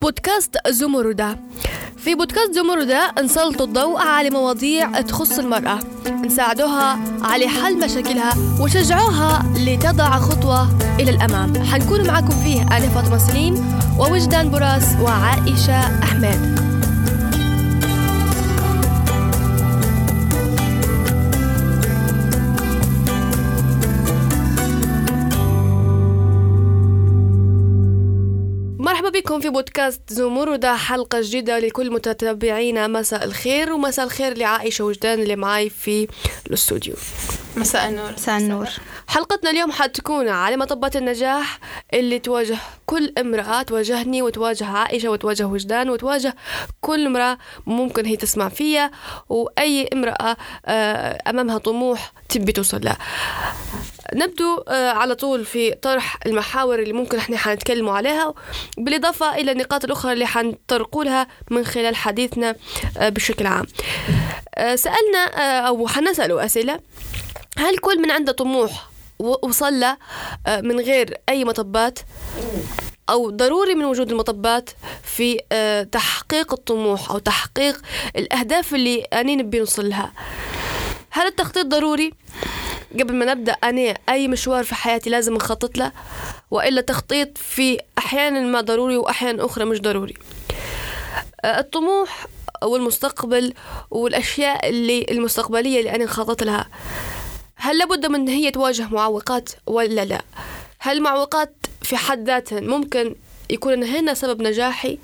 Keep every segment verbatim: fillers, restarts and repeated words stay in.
بودكاست زمردة. في بودكاست زمردة نسلط الضوء على مواضيع تخص المرأة، نساعدوها على حل مشاكلها وشجعوها لتضع خطوة إلى الأمام. حنكون معكم فيه أنا فاطمة سليم ووجدان براس وعائشة أحمد. مرحبا بكم في بودكاست زمردة، حلقة جديدة لكل متتبعينا. مساء الخير، ومساء الخير لعائشة وجدان اللي معاي في الاستوديو. مساء النور. مساء النور. حلقتنا اليوم حتكون على مطبات النجاح اللي تواجه كل امرأة، تواجهني وتواجه عائشة وتواجه وجدان وتواجه كل امرأة ممكن هي تسمع فيها، وأي امرأة أمامها طموح تبي توصل له. نبدو على طول في طرح المحاور اللي ممكن احنا حنتكلموا عليها، بالإضافة إلى النقاط الأخرى اللي حنطرقوا لها من خلال حديثنا بشكل عام. سألنا أو حنسألوا أسئلة: هل كل من عنده طموح وصل له من غير أي مطبات، أو ضروري من وجود المطبات في تحقيق الطموح أو تحقيق الأهداف اللي أنا نبي نوصل لها؟ هل التخطيط ضروري؟ قبل ما نبدأ أنا أي مشوار في حياتي لازم نخطط له، وإلا تخطيط في أحيانا ما ضروري وأحيانا أخرى مش ضروري. الطموح والمستقبل والأشياء اللي المستقبلية اللي أنا نخطط لها، هل لابد من هي تواجه معوقات ولا لا؟ هل المعوقات في حد ذاتها ممكن يكون هنا سبب نجاحي،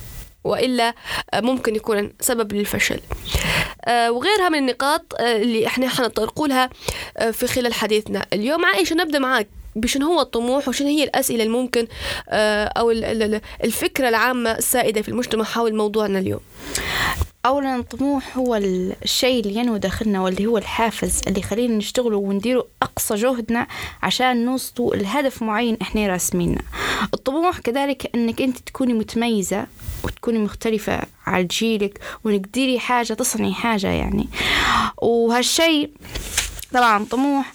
وإلا ممكن يكون سبب للفشل؟ آه وغيرها من النقاط آه اللي احنا حنطرقوا لها آه في خلال حديثنا اليوم. عائشة، نبدأ معاك بشن هو الطموح، وشن هي الأسئلة الممكن آه أو الفكرة العامة السائدة في المجتمع حول موضوعنا اليوم. أولا، الطموح هو الشيء اللي ينوي داخلنا، واللي هو الحافز اللي يخلينا نشتغل ونديره أقصى جهدنا عشان نوصلوا الهدف معين إحنا راسمينه. الطموح كذلك أنك أنت تكوني متميزة وتكوني مختلفة على جيلك، ونقدري حاجة تصنعي حاجة يعني. وهالشيء طبعا طموح.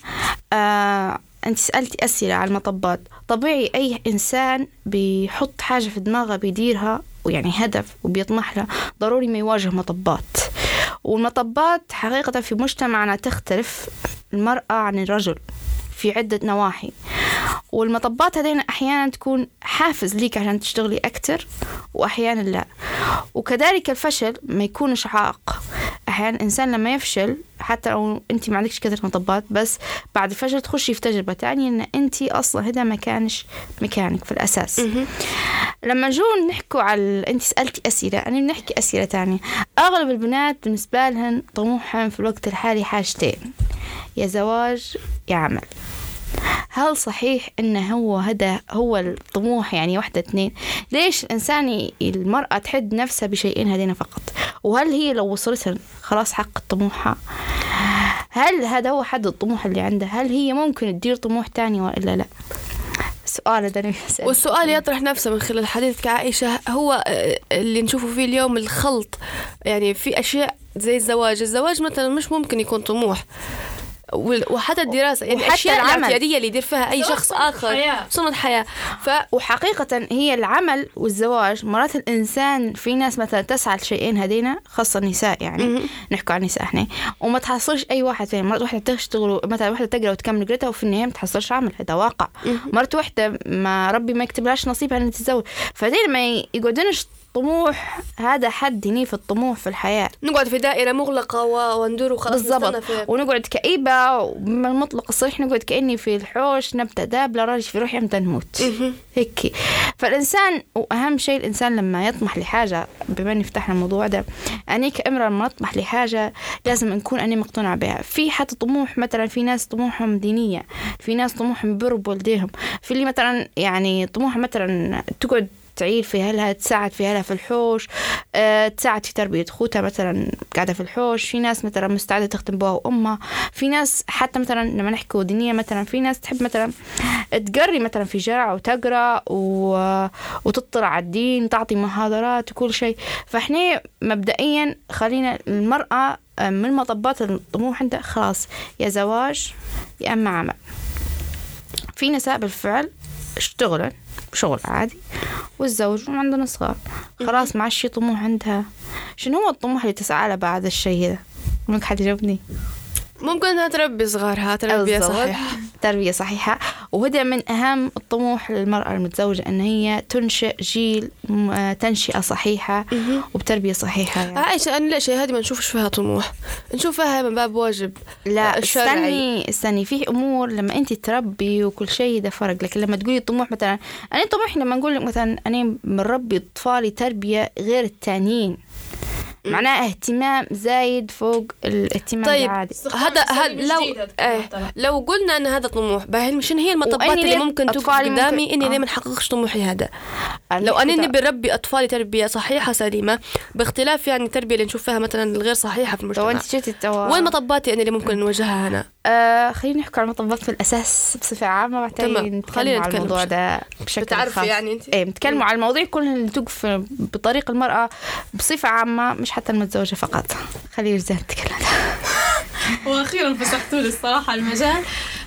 آه أنت سألتي أسئلة على المطبات. طبيعي أي إنسان بيحط حاجة في دماغه بيديرها، ويعني هدف وبيطمح له، ضروري ما يواجه مطبات. والمطبات حقيقة في مجتمعنا تختلف المرأة عن الرجل في عدة نواحي، والمطبات هذين أحيانا تكون حافز ليك عشان تشتغلي أكتر، وأحيانا لا. وكذلك الفشل ما يكونش عائق. أحيانا الإنسان لما يفشل، حتى لو أنت ما عندكش كثير مطبات، بس بعد الفشل تخشي في تجربة تانية إن أنت أصلا هذا ما كانش مكانك في الأساس. لما نجون نحكوا على أنت سألتي أسئلة، أنا بنحكي أسئلة تانية. أغلب البنات بالنسبة لهن طموحهم في الوقت الحالي حاجتين: يا زواج يا عمل. هل صحيح إنه هو هذا هو الطموح؟ يعني واحدة اثنين. ليش الإنسان المرأة تحد نفسها بشيئين هذين فقط؟ وهل هي لو وصلتها خلاص حق طموحها؟ هل هذا هو حد الطموح اللي عندها؟ هل هي ممكن تدير طموح تاني وإلا لا؟ سؤال ده. والسؤال يطرح نفسه من خلال حديثك عائشة، هو اللي نشوفه فيه اليوم الخلط. يعني في أشياء زي الزواج الزواج مثلا مش ممكن يكون طموح، وحتى الدراسة، يعني أشياء الاعتيادية اللي يدير فيها أي شخص آخر، سنة حياة. ف... وحقيقة هي العمل والزواج مرات الإنسان، في ناس مثلا تسعى لشيئين هذين، خاصة النساء يعني نحكوا عن النساء احنا، وما تحصلش أي واحد فيهم. مرات واحدة تشتغل، مثلا واحدة تقرأ وتكمل قراءتها وفي النهاية ما تحصلش عمل، هذا واقع. مرات واحدة ما ربي ما يكتبلهاش نصيبها أن تتزوج، فدين ما يقعدونش طموح. هذا حد هني في الطموح في الحياة، نقعد في دائرة مغلقة وندور وخلاص بالضبط، ونقعد كئيبة، وبالمطلق الصريح نقعد كأني في الحوش نبتة داب لا راجل في روحي أمتى نموت هيك. فالإنسان، وأهم شيء الإنسان لما يطمح لحاجة، بما أن فتحنا الموضوع ده، أنا كأمرأة لما أطمح لحاجة لازم نكون أنا مقتنع بها. في حتى طموح مثلا، في ناس طموحهم دينية، في ناس طموحهم بر بوالديهم، في اللي مثلا يعني طموح مثلا تقعد تعيل في أهلها، تساعد في أهلها في الحوش، أه، تساعد في تربية أخوتها مثلا قاعدة في الحوش. في ناس مثلا مستعدة تخدم بها وأمها. في ناس حتى مثلا لما نحكي دينية، مثلا في ناس تحب مثلا تقري مثلا في جامعة وتقرأ و... وتطلع على الدين، تعطي محاضرات وكل شيء. فإحنا مبدئيا خلينا المرأة من مطبات الطموح عندها خلاص يا زواج يا أما عمل. في نساء بالفعل اشتغلن شغل عادي والزوج وعندنا صغار، خلاص ما عادش شي طموح عندها. شنو هو الطموح اللي تسعى له بعد الشيء هذا؟ ممكن حد يجاوبني؟ ممكن انها تربي صغارها تربية صحيحة. تربية صحيحة، وهذا من أهم الطموح للمرأة المتزوجة أن هي تنشئ جيل تنشئة صحيحة وبتربية صحيحة. يعني عايشة أنا لا شيء هذه ما نشوفش فيها طموح، نشوفها من باب واجب. لا استني استني في أمور لما أنت تربي وكل شيء ده فرق، لكن لما تقولي طموح مثلا أنا طموح لما نقول لك مثلا أنا مربي أطفالي تربية غير التانيين معناه اهتمام زايد فوق الاهتمام طيب العادي. هذا هذا لو آه لو قلنا ان هذا طموح باهي شنو هي المطبات اللي ممكن توقف قدامي ممكن... اني آه. ليه ما نحققش طموحي هذا؟ لو انني بربي اطفالي تربيه صحيحه سليمه باختلاف يعني التربيه اللي نشوف فيها مثلا الغير صحيحه في المجتمع، انت شفتي التوا... وين مطباتي انا اللي ممكن نوجهها هنا؟ آه خلينا نحكي على المطبات في الاساس بصفه عامه، بعدين نتكلم على الموضوع ده بشكل خاص. يعني انت ايه نتكلموا على المواضيع كلها اللي توقف بطريق المراه بصفه عامه مش حتى المتزوجه فقط. خلينا نرجع نتكلم. واخيرا فسحتوا لي الصراحه المجال.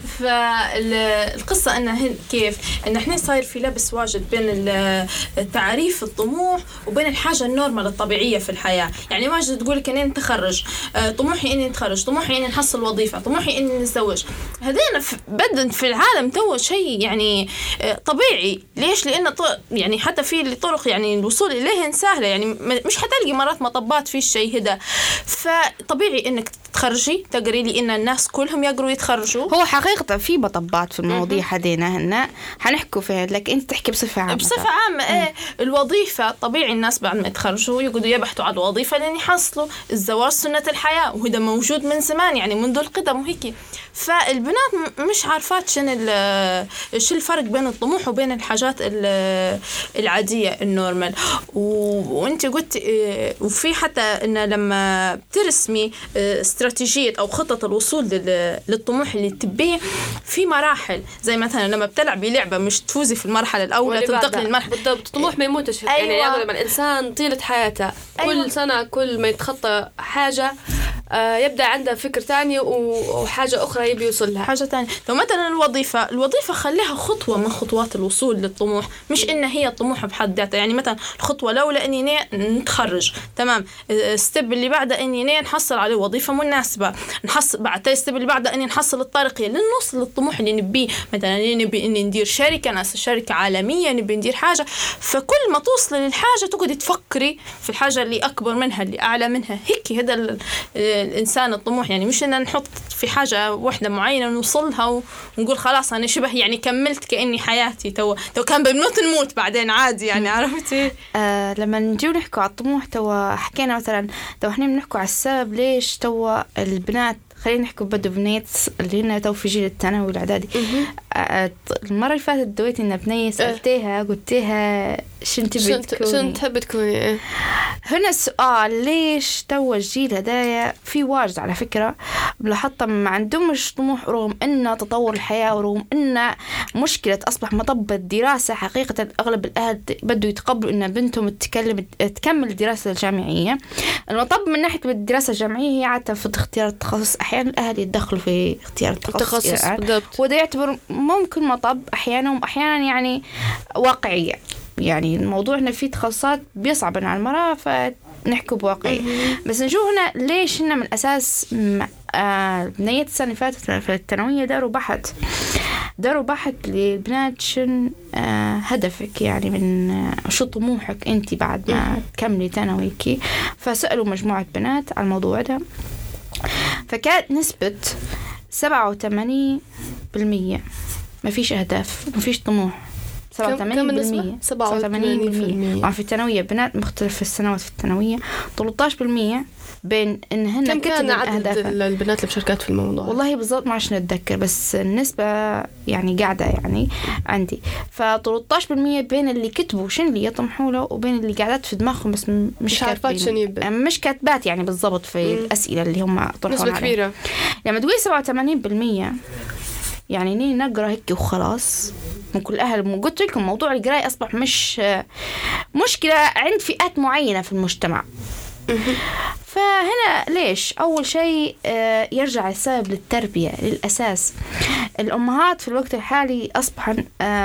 فالقصة أنه كيف أن إحنا صاير في لبس واجد بين التعريف الطموح وبين الحاجة النورمال الطبيعية في الحياة. يعني واجد تقولك أني نتخرج، طموحي أني نتخرج، طموحي أني نحصل وظيفة، طموحي أني نتزوج. هذين بدن في العالم تو شيء يعني طبيعي. ليش؟ لأن يعني حتى في طرق يعني الوصول إليه سهلة، يعني مش حتلقي مرات مطبات في الشيء هذا. فطبيعي أنك تخرجي تقري لي إن الناس كلهم يقروا يتخرجوا. هو حقيقة في مطبات في المواضيع هدينا هنا حنحكوا فيها، لكن أنت تحكي بصفة عامة. بصفة عامة إيه الوظيفة طبيعي الناس بعد ما يتخرجوا يقعدوا يبحثوا على الوظيفة لين يحصلوا. الزواج سنة الحياة وهذا موجود من زمان يعني منذ القدم وهيك. فالبنات مش عارفات شن شو الفرق بين الطموح وبين الحاجات العادية النورمال. وانت قلت وفي حتى إن لما بترسمي استراتيجية أو خطة الوصول للطموح اللي تبيه في مراحل، زي مثلا لما بتلعبي لعبة مش تفوزي في المرحلة الأولى تنتقلي للمرحلة بالضبط. الطموح ما يموتش. أيوة. يعني يقدر الإنسان طيلة حياته أيوة. كل سنة كل ما يتخطى حاجة آه يبدأ عنده فكر تاني وحاجة أخرى يبي يوصل لها حاجة تانية. لو مثلا الوظيفة الوظيفة خليها خطوة من خطوات الوصول للطموح، مش إن هي الطموح بحد ذاتها. يعني مثلا الخطوة الأولى إني نتخرج تمام، الستيب اللي بعدها إني نحصل على وظيفة مناسبة، نحصل بعد الستيب اللي بعدها إني نحصل الطريقية لنوصل للطموح اللي نبيه. مثلا نبي إني ندير شركة ناس شركة عالمية، نبي ندير حاجة. فكل ما توصل للحاجة تقعدي تفكري في الحاجة اللي أكبر منها اللي أعلى منها. هيك هذا الإنسان الطموح. يعني مش إن نحط في حاجة واحدة معينة ونوصلها ونقول خلاص أنا شبه يعني كملت كأني حياتي تو تو كان بنموت نموت بعدين عادي. يعني عرفتي آه لما نجي نحكي على الطموح تو حكينا مثلا تو إحنا بنحكي على السبب ليش تو البنات خلينا نحكي بدو بنيت اللي هنا تو في جيل الثانوي والإعدادي. آه المرة اللي فاتت دويت إن بنية سألتها قلتها شنو تبي تكوني؟ شنو تحب تكوني؟ هنا السؤال ليش تو الجيل هدايا في واجد على فكرة بلاحظت ما عندهمش طموح رغم إن تطور الحياة ورغم إن مشكلة أصبح مطب الدراسة. حقيقة أغلب الأهل بدوا يتقبلوا إن بنتهم تتكلم تكمل الدراسة الجامعية. المطب من ناحية الدراسة الجامعية هي عادة في اختيار التخصص. أحيانا الأهل يتدخلوا في اختيار التخصص يعني. وده يعتبر ممكن مطب أحيانا وأحيانا يعني واقعية. يعني الموضوع هنا فيه تخصصات بيصعب على المرأة فنحكي بواقعية. بس نشوف هنا ليش هنا من الأساس آه بنية السنة اللي فاتت في الثانوية داروا بحث داروا بحث للبنات شن آه هدفك يعني من آه شو طموحك أنت بعد ما تكملي ثانويكي. فسألوا مجموعة بنات على الموضوع ده فكانت نسبة سبعة وثمانين بالمية ما فيش أهداف ما فيش طموح. سبعة وثمانين بالمية سبعة وثمانين بالمية وعن في الثانوية بنات مختلف في السنوات في الثانوية ثلاثة عشر بالمية بين إن هن كتبوا عدد البنات اللي مشاركات في الموضوع. والله بالضبط ما عشان نتذكر بس النسبة يعني قاعدة يعني عندي. فثلاثة عشر بالمية بين اللي كتبوا شن اللي يطمحوا له وبين اللي قاعدات في دماغهم بس مش عارفات شنو مش كاتبات يعني بالضبط في م. الأسئلة اللي هم طرحوها. نسبة كبيرة. لما تقولي سبعة وثمانين بالمية يعني ني نقرأ هيك وخلاص من كل أهل. قلت لكم موضوع القراءة أصبح مش مشكلة عند فئات معينة في المجتمع. فهنا ليش أول شيء يرجع السبب للتربية للأساس. الأمهات في الوقت الحالي أصبحن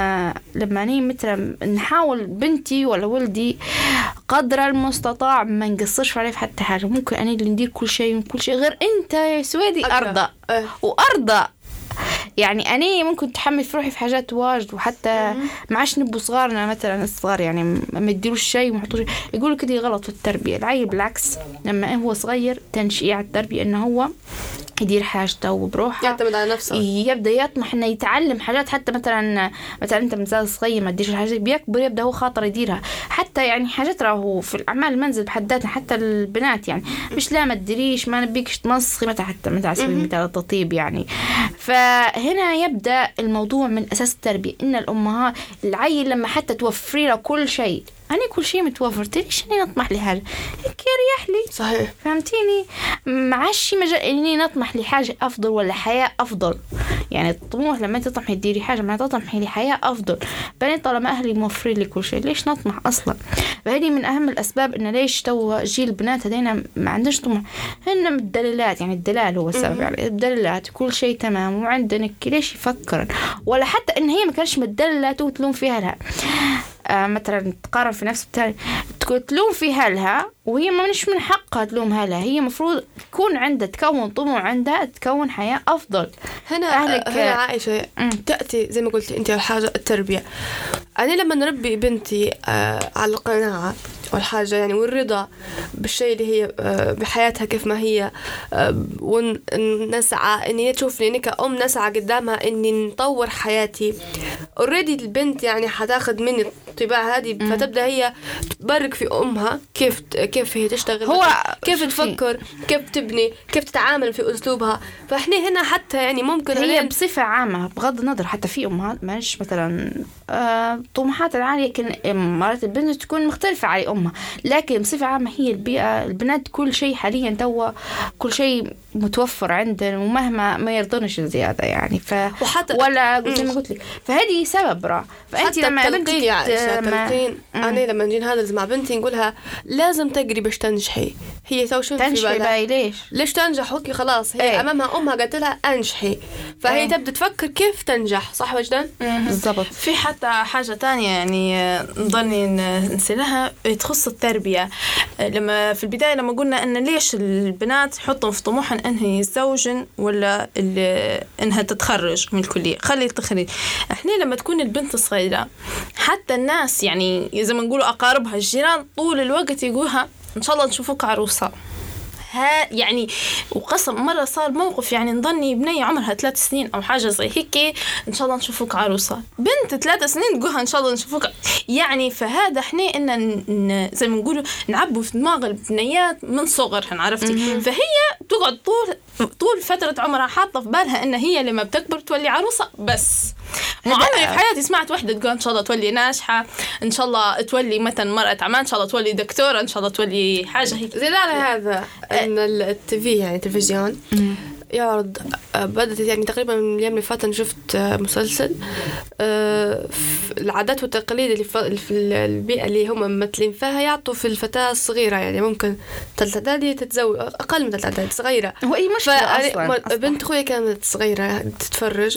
لما نيجي مثلا نحاول بنتي ولا ولدي قدر المستطاع ما نقصرش عليه في حتى حاجة. ممكن أنا اللي ندير كل شيء كل شيء غير أنت يا سويدي أرضى أه. وأرضى يعني أنا ممكن تحمل في روحي في حاجات واجد، وحتى معاش نبو صغارنا مثلا الصغار يعني ما يديروش شيء ومحطوش يقولوا كده غلط في التربية. العيل بالعكس لما هو صغير تنشئ على التربية إنه هو يدير حاجته وبروحه، يعتمد على نفسه، يبدأ يطمح إنه يتعلم حاجات. حتى مثلا مثلا أنت مازال صغير ما تديرش الحاجات، بيكبر يبدأ هو خاطر يديرها. حتى يعني حاجات راهو في الأعمال المنزل بحد ذاتها، حتى البنات يعني مش لا ما تديريش ما نبيكش تمسخي متى حتى متى على سبيل المثال التطيب يعني. فهنا يبدأ الموضوع من أساس التربية، إن الأمهات العيل لما حتى توفري له كل شيء، أنا كل شيء متوفر تليش أني نطمح لحاجة هيك يريح لي. صحيح فهمتيني؟ معاشي مجال أني نطمح لحاجة أفضل ولا حياة أفضل. يعني الطموح لما تطمحي تديري حاجة ما تطمحي لحياة أفضل. بني طالما أهلي موفرين لي كل شيء ليش نطمح أصلا؟ فهذه من أهم الأسباب إن ليش تو جيل البنات هذين ما عندناش طموح. هن الدلالات يعني الدلال هو السبب يعني الدلالات كل شيء تمام وعندك ليش يفكر، ولا حتى إن هي ما كانش متدللات وتلوم فيها لها. آه مثلا تقارن في نفس التالي تلوم فيها لها وهي ما مش من حقها تلومها لها. هي مفروض تكون عندها تكون طموح عندها تكون حياة أفضل. هنا أهلك هنا عائشة م. تأتي زي ما قلت أنت الحاجة التربية. أنا لما نربي بنتي آه على القناعة والحاجة يعني والرضا بالشيء اللي هي آه بحياتها كيف ما هي آه ونسعى إني تشوفني إني كأم نسعى قدامها إني نطور حياتي. أوريدي البنت يعني حتاخد مني الطباع هذه م. فتبدأ هي تبرك في أمها كيف كيف هي تشتغل هو كيف تفكر كيف تبني كيف تتعامل في أسلوبها. فإحنا هنا حتى يعني ممكن هي بصفة عامة بغض النظر حتى في أمهات ماش مثلا آه طموحات العالية لكن مرات البنت تكون مختلفة على أمها، لكن بصفة عامة هي البيئة البنات كل شيء حاليا توا كل شيء متوفر عندنا ومهما ما يرضونش زيادة يعني ف وحتى ولا زي ما قلت لك فهذه سبب راه. فأنت لما بنتي يا تلقين أنا لما نجي هذا مع بنتي نقولها لازم تجري باش تنجحي. هي تو شو تنجحي باي ليش ليش تنجح هوكي خلاص هي ايه. أمامها أمها قالت لها أنجحي فهي ايه. تبدأ تفكر كيف تنجح صح وجدان بالضبط. في حتى حاجة تانية يعني نضلني نسألها تخص التربية. لما في البداية لما قلنا أن ليش البنات يحطوا في طموحهم أنها يتزوجن ولا أنها تتخرج من الكلية خلي التخريج. إحنا لما تكون البنت صغيرة حتى الناس يعني زي ما نقولوا أقاربها الجيران طول الوقت يقولها إن شاء الله نشوفوك عروسة. ها يعني وقسم مرة صار موقف يعني نظني بنية عمرها ثلاث سنين أو حاجة زي هيك إن شاء الله نشوفوك عروسة. بنت ثلاث سنين تقولها إن شاء الله نشوفوك يعني. فهذا إحنا إن زي ما نقولوا نعبوا في دماغ البنيات من صغرهن عرفتي. فهي تقعد طول طول فترة عمرها حاطة في بالها إن هي لما بتكبر تولي عروسة بس. ما عمري في حياتي سمعت واحدة تقول إن شاء الله تولي ناجحة إن شاء الله تولي مثلا مرأة أعمال إن شاء الله تولي دكتورة إن شاء الله تولي حاجة هيك. زي على هذا إن التلفزيون يعني التلفزيون يعرض بدأت يعني تقريبا من اليوم اللي فات شفت مسلسل العادات والتقاليد اللي في البيئة اللي هم ممثلين فيها يعطوا في الفتاة الصغيرة يعني ممكن ثالثة إعدادي تتزوج أقل من ثالثة إعدادي صغيرة. هو أي مشكلة أصلاً, أصلاً بنت أخوي كانت صغيرة تتفرج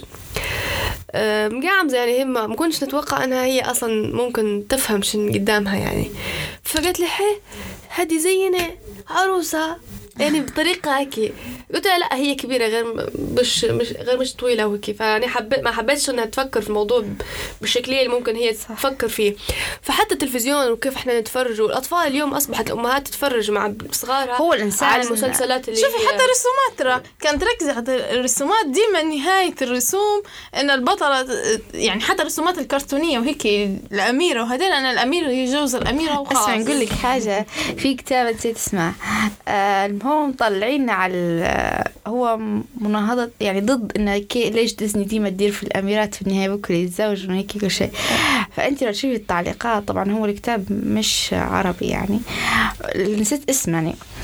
مقامزة يعني هم ما كنتش نتوقع أنها هي أصلاً ممكن تفهم شن قدامها يعني. فقالت لي حي هدي زينا عروسة يعني بطريقة هيك. قلت لها لا هي كبيرة غير مش مش غير مش طويلة وهيك. فأنا حبيت ما حبيتش إنها تفكر في الموضوع بالشكلية اللي ممكن هي تفكر فيه. فحتى التلفزيون وكيف إحنا نتفرج والأطفال اليوم أصبحت الأمهات تتفرج مع صغارها هو الإنسان على المسلسلات اللي شوفي حتى الرسومات ترى كانت ركزة على الرسومات ديما نهاية الرسوم إن البطلة يعني حتى الرسومات الكرتونية وهيك الأميرة وهذين أنا الأمير يجوز الأميرة وخلاص. اسمع نقول لك حاجة في كتاب نسيت اسمه آه هم مطلعين على هو مناهضة يعني ضد إن كي ليش ديزني ديما تدير في الأميرات في النهاية بكرة يتزوج وهيك كل شيء. فأنت لو تشوفي التعليقات طبعا هو الكتاب مش عربي يعني نسيت اسمه يعني.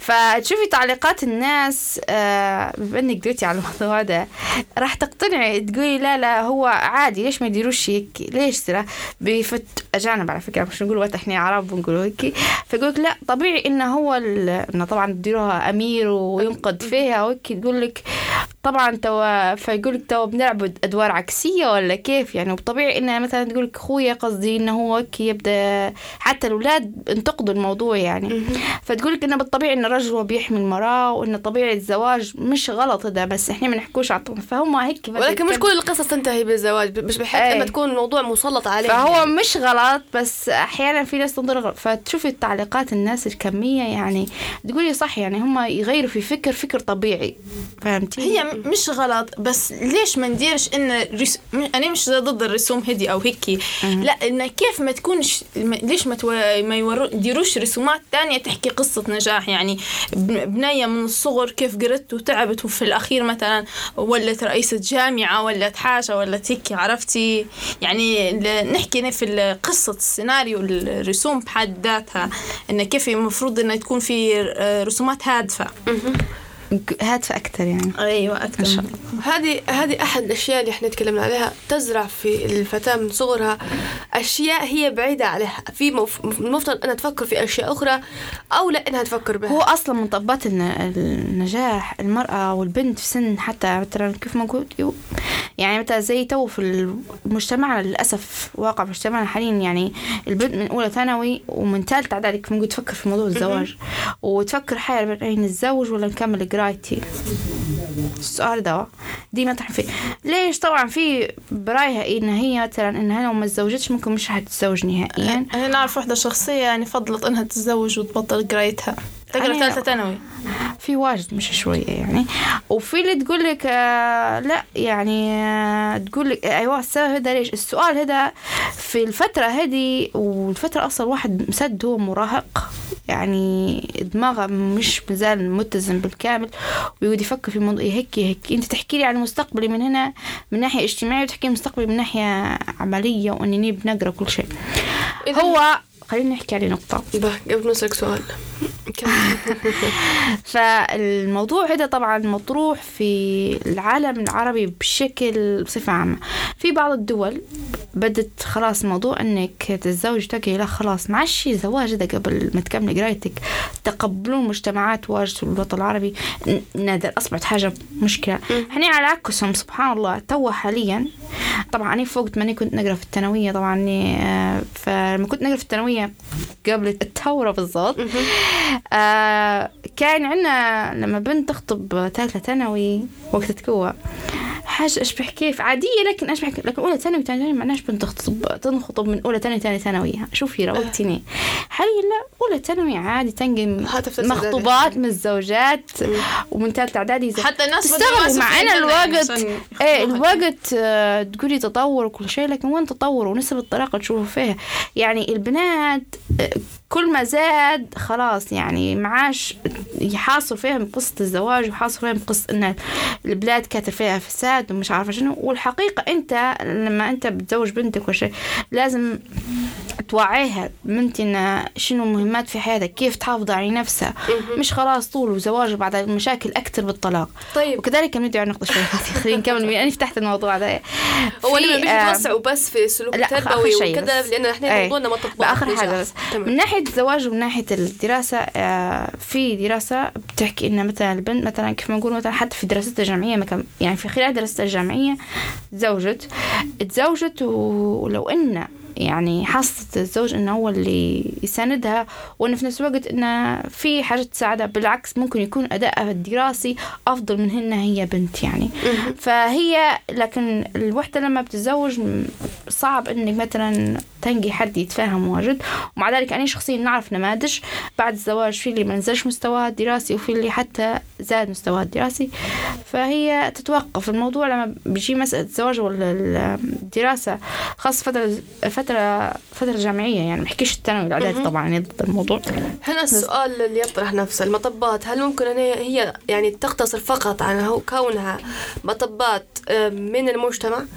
فتشوفي تعليقات الناس آه بأنك قلتي على الموضوع هذا راح تقتنعي تقولي لا لا هو عادي ليش ما يديروش هيك ليش ترى بيفت أجانب على فكرة مش نقول وقت إحنا عرب ونقولوا هيك فيقولك لا طبيعي إنه هو إنه طبعا تديروها أمير وينقد فيها وهيك تقول لك طبعا توا فيقولك توا بنلعب أدوار عكسية ولا كيف يعني وطبيعي إنها مثلا تقولك أخويا قصدي إنه هو هيك يبدأ حتى الأولاد انتقدوا الموضوع يعني فتقولك إنه بالطبيعي إن الرجل هو بيحمي المرأة وإنه طبيعي الزواج مش غلط ده بس إحنا ما نحكوش على فهم هيك ولكن مش كل القصص تنتهي بالزواج مش بحيث إنه تكون الموضوع مسلط عليه فهو يعني. مش غلط بس أحيانا في ناس تنظر غلط فتشوفي التعليقات الناس الكمية يعني تقولي صح يعني هم يغيروا في فكر فكر طبيعي فهمتي هي مش غلط بس ليش ما نديرش إن رس... أنا مش ضد الرسوم هدي أو هيك لا إن كيف ما تكونش ليش ما تو... ما يديروش رسومات تانية تحكي قصة نجاح يعني بنية من الصغر كيف قرت وتعبت وفي الأخير مثلا ولت رئيسة جامعة ولت حاجة ولت هيك عرفتي يعني نحكي في قصة السيناريو الرسوم بحد ذاتها إن كيف المفروض إنه تكون في رسومات هادفة هادفة أكتر يعني أيوة أكتر هذه هذه أحد الأشياء اللي إحنا تكلمنا عليها تزرع في الفتاة من صغرها أشياء هي بعيدة عليها في المفترض أنها تفكر في أشياء أخرى أو لا أنها تفكر بها هو أصلا من طبات النجاح المرأة والبنت في سن حتى مثلا كيف ما قلت يعني مثلا زي تو في المجتمع للأسف واقع في مجتمعنا حاليا يعني البنت من أولى ثانوي ومن ثالثة إعدادي كيف ما قلت تفكر في موضوع الزواج وتفكر حير بين الزوج ولا نكمل قرايتي السؤال ده دي ما تحن فيه ليش طبعا في برايها إن هي مثلا إنها لو ما تزوجتش ممكن مش هتتزوج نهائيا أنا نعرف واحدة شخصية يعني فضلت إنها تتزوج وتبطل قرايتها تقرأ ثالثة ثانوي في واجد مش شوية يعني وفي اللي تقول لك آه لا يعني آه تقول لك أيوة السبب هذا ليش السؤال هذا في الفترة هذه والفترة أصلا واحد مسد هو مراهق يعني دماغه مش مازال متزن بالكامل ويقعد يفكر في موضوع هيك هيك انت تحكي لي عن مستقبلي من هنا من ناحية اجتماعية وتحكي لي مستقبلي من ناحية عملية وانني بنقرأ كل شيء هو خلينا نحكي على نقطة قبل نسألك سؤال فالموضوع هذا طبعا مطروح في العالم العربي بشكل بصفة عامة في بعض الدول بدت خلاص موضوع انك تتزوج تقي لا خلاص معش زواج ده قبل ما تكمل قرايتك تقبلون مجتمعات واجد في الوطن العربي نادر اصبحت حاجة مشكلة هني على عكسهم سبحان الله تو حاليا طبعا انا فوقت ماني كنت نقرا في الثانوية طبعا فلما كنت نقرا في الثانوية قبل الثورة بالضبط آه كان عندنا لما بنت تخطب ثالثة ثانوي وقت تكوى حاجة أشبه كيف عادية لكن أشبه كيف لكن أولى ثانوي ثاني ثانوي معناش بنت تخطب تنخطب من أولى ثاني ثاني ثانوي شوفي روقتيني حاليا لا أولى ثانوي عادي تنقل مخطوبات من الزوجات ومن ثالثة إعدادي حتى الناس تستغرب معنا الوقت إيه الوقت آه تقولي تطور وكل شيء لكن وين تطور ونسب الطلاق تشوفوا فيها يعني البنات آه كل ما زاد خلاص يعني معاش يحاصر فيها من قصة الزواج ويحاصر فيها من قصة إن البلاد كاتر فيها فساد ومش عارفة شنو والحقيقة أنت لما أنت بتزوج بنتك وشيء لازم توعيها بنتي إن شنو مهمات في حياتك كيف تحافظ على نفسها مش خلاص طول وزواج بعد المشاكل أكتر بالطلاق طيب وكذلك نرجع على نقطة شوي خلينا نكمل أنا فتحت الموضوع ده هو اللي بيتوسعوا بس في السلوك التربوي وكذا لأن إحنا موضوعنا ما تطبق بآخر حاجة بس من ناحية الزواج ومن ناحية الدراسة في دراسة بتحكي إن مثلا البنت مثلا كيف ما نقول مثلا حتى في دراستها الجامعية يعني في خلال دراستها الجامعية تزوجت تزوجت ولو إن يعني حصلت الزوج إنه هو اللي يساندها وإنه في نفس الوقت إنه في حاجة تساعدها بالعكس ممكن يكون أدائها الدراسي أفضل من هنا هي بنت يعني فهي لكن الوحدة لما بتتزوج صعب إنك مثلا تنجي حد يتفاهم واجد ومع ذلك أنا شخصيا نعرف نماذج بعد الزواج في اللي منزلش مستواها الدراسي وفي اللي حتى زاد مستواها الدراسي فهي تتوقف الموضوع لما بيجي مسألة الزواج ولا الدراسة خاصة فترة فترة فترة جامعية يعني محكيش الثانوي الإعدادي طبعا يعني ضد الموضوع هنا السؤال اللي يطرح نفسه المطبات هل ممكن أن هي يعني تقتصر فقط على كونها مطبات من المجتمع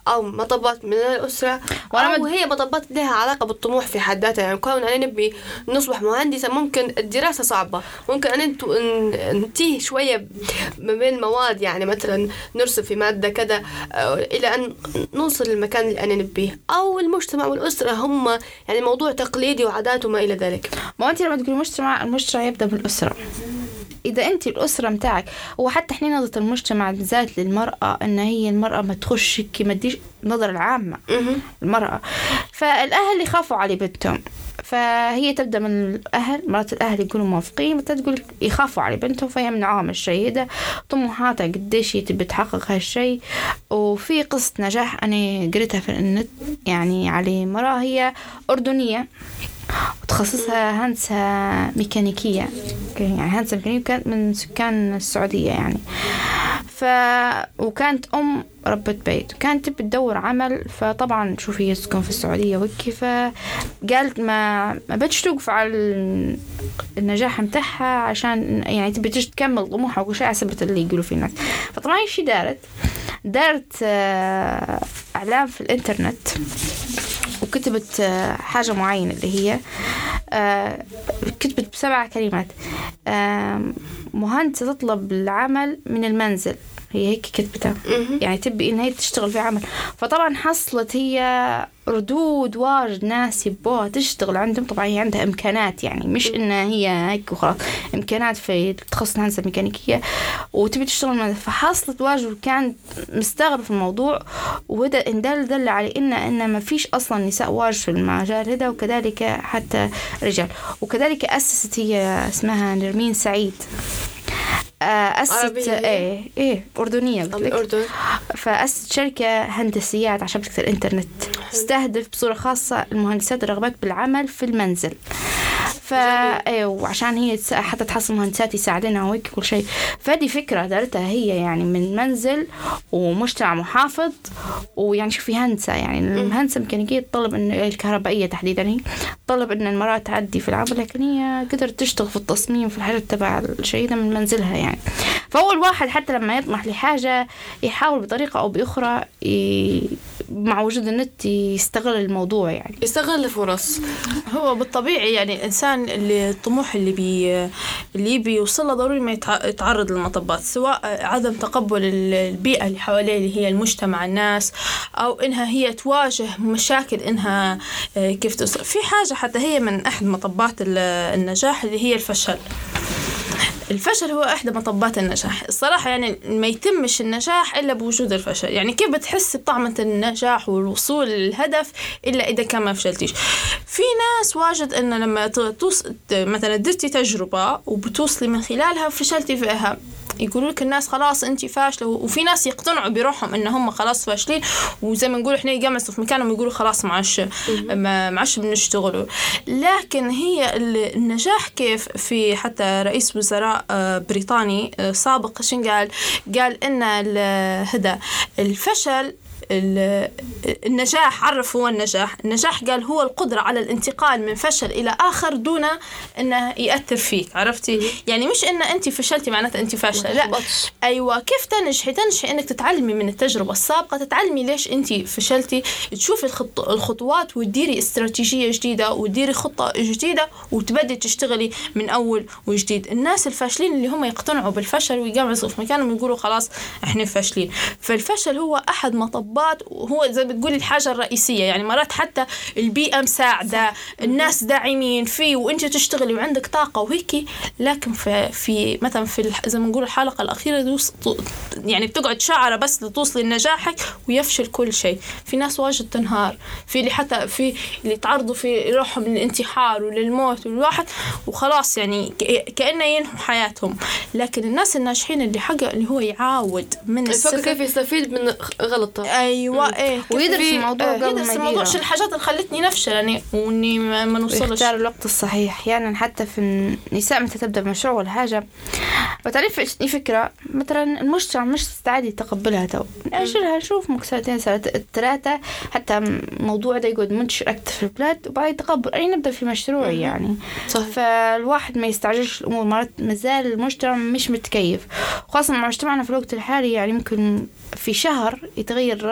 أو مطبات من الأسرة، أو هي مطبات لها علاقة بالطموح في حد ذاتها. يعني كون أنا نبي نصبح مهندسة، ممكن الدراسة صعبة، ممكن أن ننتهي شوية ما بين المواد، يعني مثلا نرسم في مادة كذا إلى أن نوصل للمكان اللي أنا نبيه. أو المجتمع والأسرة هم يعني موضوع تقليدي وعادات وما إلى ذلك. ما أنت لما تقولي مجتمع، المجتمع يبدأ بالأسرة. إذا أنت الأسرة متاعك، وحتى إحنا نظرة المجتمع بالذات للمرأة أن هي المرأة ما تخش كما ديش نظرة العامة المرأة، فالأهل يخافوا على بنتهم، فهي تبدأ من الأهل. مرات الأهل يكونوا موافقين، تقول يخافوا على بنتهم فيمنعوها من الشيء ده. طموحاتها قديش تبي تحقق هالشيء. وفي قصة نجاح أنا قريتها في النت يعني على مرأة هي أردنية وتخصصها هندسة ميكانيكية، يعني هندسة ميكانيكية، كانت من سكان السعودية يعني. ف وكانت أم ربة بيت، وكانت بتدور عمل. فطبعا شوفي يسكن في السعودية وكي، فقالت ما ما بدش توقف على النجاح متاعها عشان يعني تبي تجي تكمل طموحها وكل شيء عسبت اللي يقولوا فيه الناس. فطبعا ايش دارت دارت اعلان في الانترنت، وكتبت حاجة معينة اللي هي كتبت بسبع كلمات: مهندسة تطلب العمل من المنزل. هي هيك كتبتها، يعني تبي إن هي تشتغل في عمل. فطبعا حصلت هي ردود واجد، ناس يبوها تشتغل عندهم. طبعا هي عندها إمكانات، يعني مش إنها هي هيك وخلاص، إمكانات في تخصص الهندسة الميكانيكية وتبي تشتغل. فحصلت واجد، وكان مستغرب في الموضوع. وهذا إن دل دل على إن إن ما فيش أصلا نساء واجد في المجال هذا، وكذلك حتى رجال. وكذلك أسست هي اسمها نرمين سعيد، أسست إيه إيه أردنية الأردن. فأسست شركة هندسيات على شبكة الإنترنت تستهدف بصورة خاصة المهندسات الرغبات بالعمل في المنزل. فا وعشان هي حتى تحصل مهندسات يساعدنا وهيك كل شيء. فهذه فكرة دارتها هي يعني من منزل ومجتمع محافظ. ويعني شوفي هندسة، يعني الهندسة ميكانيكية تطلب إن الكهربائية تحديدا هي تطلب إن المرأة تعدي في العمل، لكن هي قدرت تشتغل في التصميم في الحاجات تبع الشيء ده من منزلها يعني. فأول واحد حتى لما يطمح لحاجة يحاول بطريقة أو بأخرى مع وجود النت يستغل الموضوع، يعني يستغل الفرص. هو بالطبيعي يعني الإنسان اللي الطموح اللي بي اللي بيوصله ضروري ما يتعرض للمطبات، سواء عدم تقبل البيئة اللي حواليه اللي هي المجتمع الناس، أو إنها هي تواجه مشاكل إنها كيف توصل. في حاجة حتى هي من أحد مطبات النجاح اللي هي الفشل. الفشل هو إحدى مطبات النجاح الصراحة. يعني ما يتمش النجاح إلا بوجود الفشل. يعني كيف بتحس بطعمة النجاح والوصول للهدف إلا إذا كان ما فشلتيش. في ناس واجد إنه لما توص مثلا درتي تجربة وبتوصلي من خلالها فشلتي فيها، يقولوا لك الناس خلاص أنت فاشلة. وفي ناس يقتنعوا بروحهم إن هم خلاص فاشلين، وزي ما نقول إحنا يجمسوا في مكانهم يقولوا خلاص معش ما معش بنشتغلوا. لكن هي النجاح كيف في حتى رئيس وزراء بريطاني سابق شن قال قال إن هذا الفشل النجاح عرف هو النجاح النجاح قال هو القدرة على الانتقال من فشل إلى آخر دون أنه يأثر فيك. عرفتي؟ يعني مش أن أنت فشلتي معناتها أنت فاشلة، لا. أيوة، كيف تنجحي؟ تنجحي أنك تتعلمي من التجربة السابقة، تتعلمي ليش أنت فشلتي، تشوفي الخطوات وتديري استراتيجية جديدة وتديري خطة جديدة وتبدي تشتغلي من أول وجديد. الناس الفاشلين اللي هم يقتنعوا بالفشل ويقعدوا في مكانهم يقولوا خلاص إحنا فاشلين. فالفشل هو أحد مطبات، وهو زي بتقولي الحاجة الرئيسية. يعني مرات حتى البيئة مساعدة، الناس داعمين فيه وانت تشتغلي وعندك طاقة وهيك، لكن في, في مثلا في زي ما نقول الحلقة الأخيرة دوس يعني بتقعد شعرة بس لتوصلي لنجاحك ويفشل كل شيء. في ناس واجد تنهار، في اللي حتى في اللي تعرضوا في روحهم للانتحار وللموت والواحد وخلاص يعني كأنه ينهوا حياتهم. لكن الناس الناجحين اللي حقق اللي هو يعاود من الصفر كيف يستفيد من غلطه. ايوه ايه ويدرس الموضوع آه قبل ما الموضوع شو الحاجات اللي خلتني نفشل يعني واني ما, ما نوصلش. يختار الوقت الصحيح. يعني حتى في النساء متى تبدا بمشروع ولا حاجه بتعرف فكره مثلا المجتمع مش مستعد يتقبلها، تو نأجلها نشوف ممكن سنتين ثلاثه حتى الموضوع ده يقعد منتشر اكثر في البلاد وبعد يتقبل اي نبدا في مشروعي يعني صح. فالواحد ما يستعجلش الامور، مرات مازال المجتمع مش متكيف، خاصه مع مجتمعنا في الوقت الحالي. يعني ممكن في شهر يتغير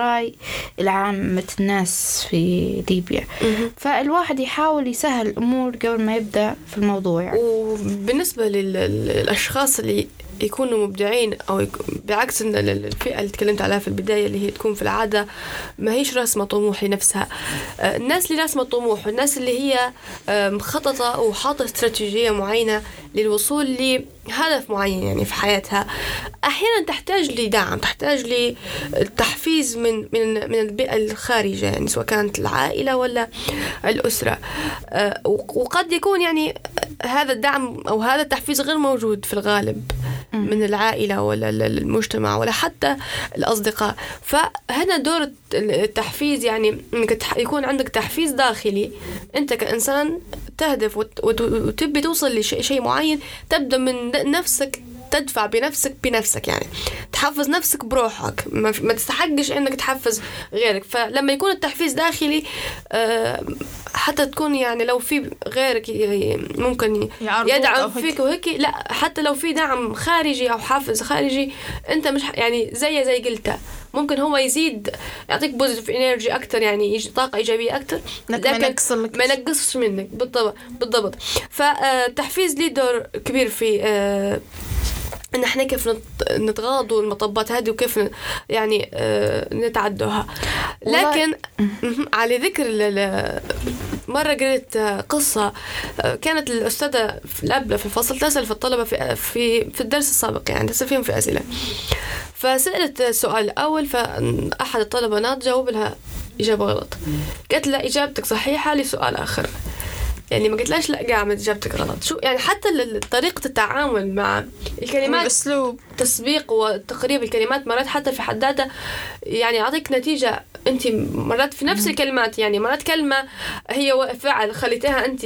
الرأي العامة الناس في ليبيا. فالواحد يحاول يسهل الأمور قبل ما يبدأ في الموضوع يعني. وبالنسبة للأشخاص اللي يكونوا مبدعين أو يك... بعكس إن الفئة اللي تكلمت عليها في البداية اللي هي تكون في العادة ما هيش راسمة طموح لنفسها. الناس اللي راسمة طموح والناس اللي هي مخططة وحاطة استراتيجية معينة للوصول لهدف معين يعني في حياتها، أحيانا تحتاج لدعم، تحتاج لتحفيز من من من البيئة الخارجة يعني سواء كانت العائلة ولا الأسرة. وقد يكون يعني هذا الدعم أو هذا التحفيز غير موجود في الغالب من العائلة ولا المجتمع ولا حتى الأصدقاء. فهنا دور التحفيز يعني إنك يكون عندك تحفيز داخلي، أنت كإنسان تهدف وتبي توصل لشيء معين، تبدأ من نفسك، تدفع بنفسك بنفسك يعني تحفز نفسك بروحك، ما تستحقش انك تحفز غيرك. فلما يكون التحفيز داخلي حتى تكون يعني لو في غيرك ممكن يدعم فيك وهيك، لا حتى لو في دعم خارجي او حافز خارجي انت مش يعني زي زي قلتها ممكن هو يزيد يعطيك بوزيتيف انرجي اكتر يعني طاقه ايجابيه اكتر، لكن ما ينقصش منك. بالضبط بالضبط. فالتحفيز ليه دور كبير في ان احنا كيف نتغاضوا المطبات هذه وكيف يعني نتعدوها. لكن على ذكر مرة قريت قصة كانت الأستاذة الأبلة في الفصل تسأل في الطلبة في في في الدرس السابق يعني تسأل فيهم في أسئلة، فسألت السؤال الأول فأحد الطلبة نات جاوب لها إجابة غلط، قالت لها إجابتك صحيحة لسؤال آخر، يعني ما قلتلاش لا قاعد إجابتك غلط. شو يعني حتى طريقة التعامل مع الكلمات، الأسلوب، تسبيق وتقريب الكلمات مرات حتى في حد ذاتها يعني يعطيك نتيجة. أنت مرات في نفس الكلمات يعني مرات كلمة هي فعل خليتها أنت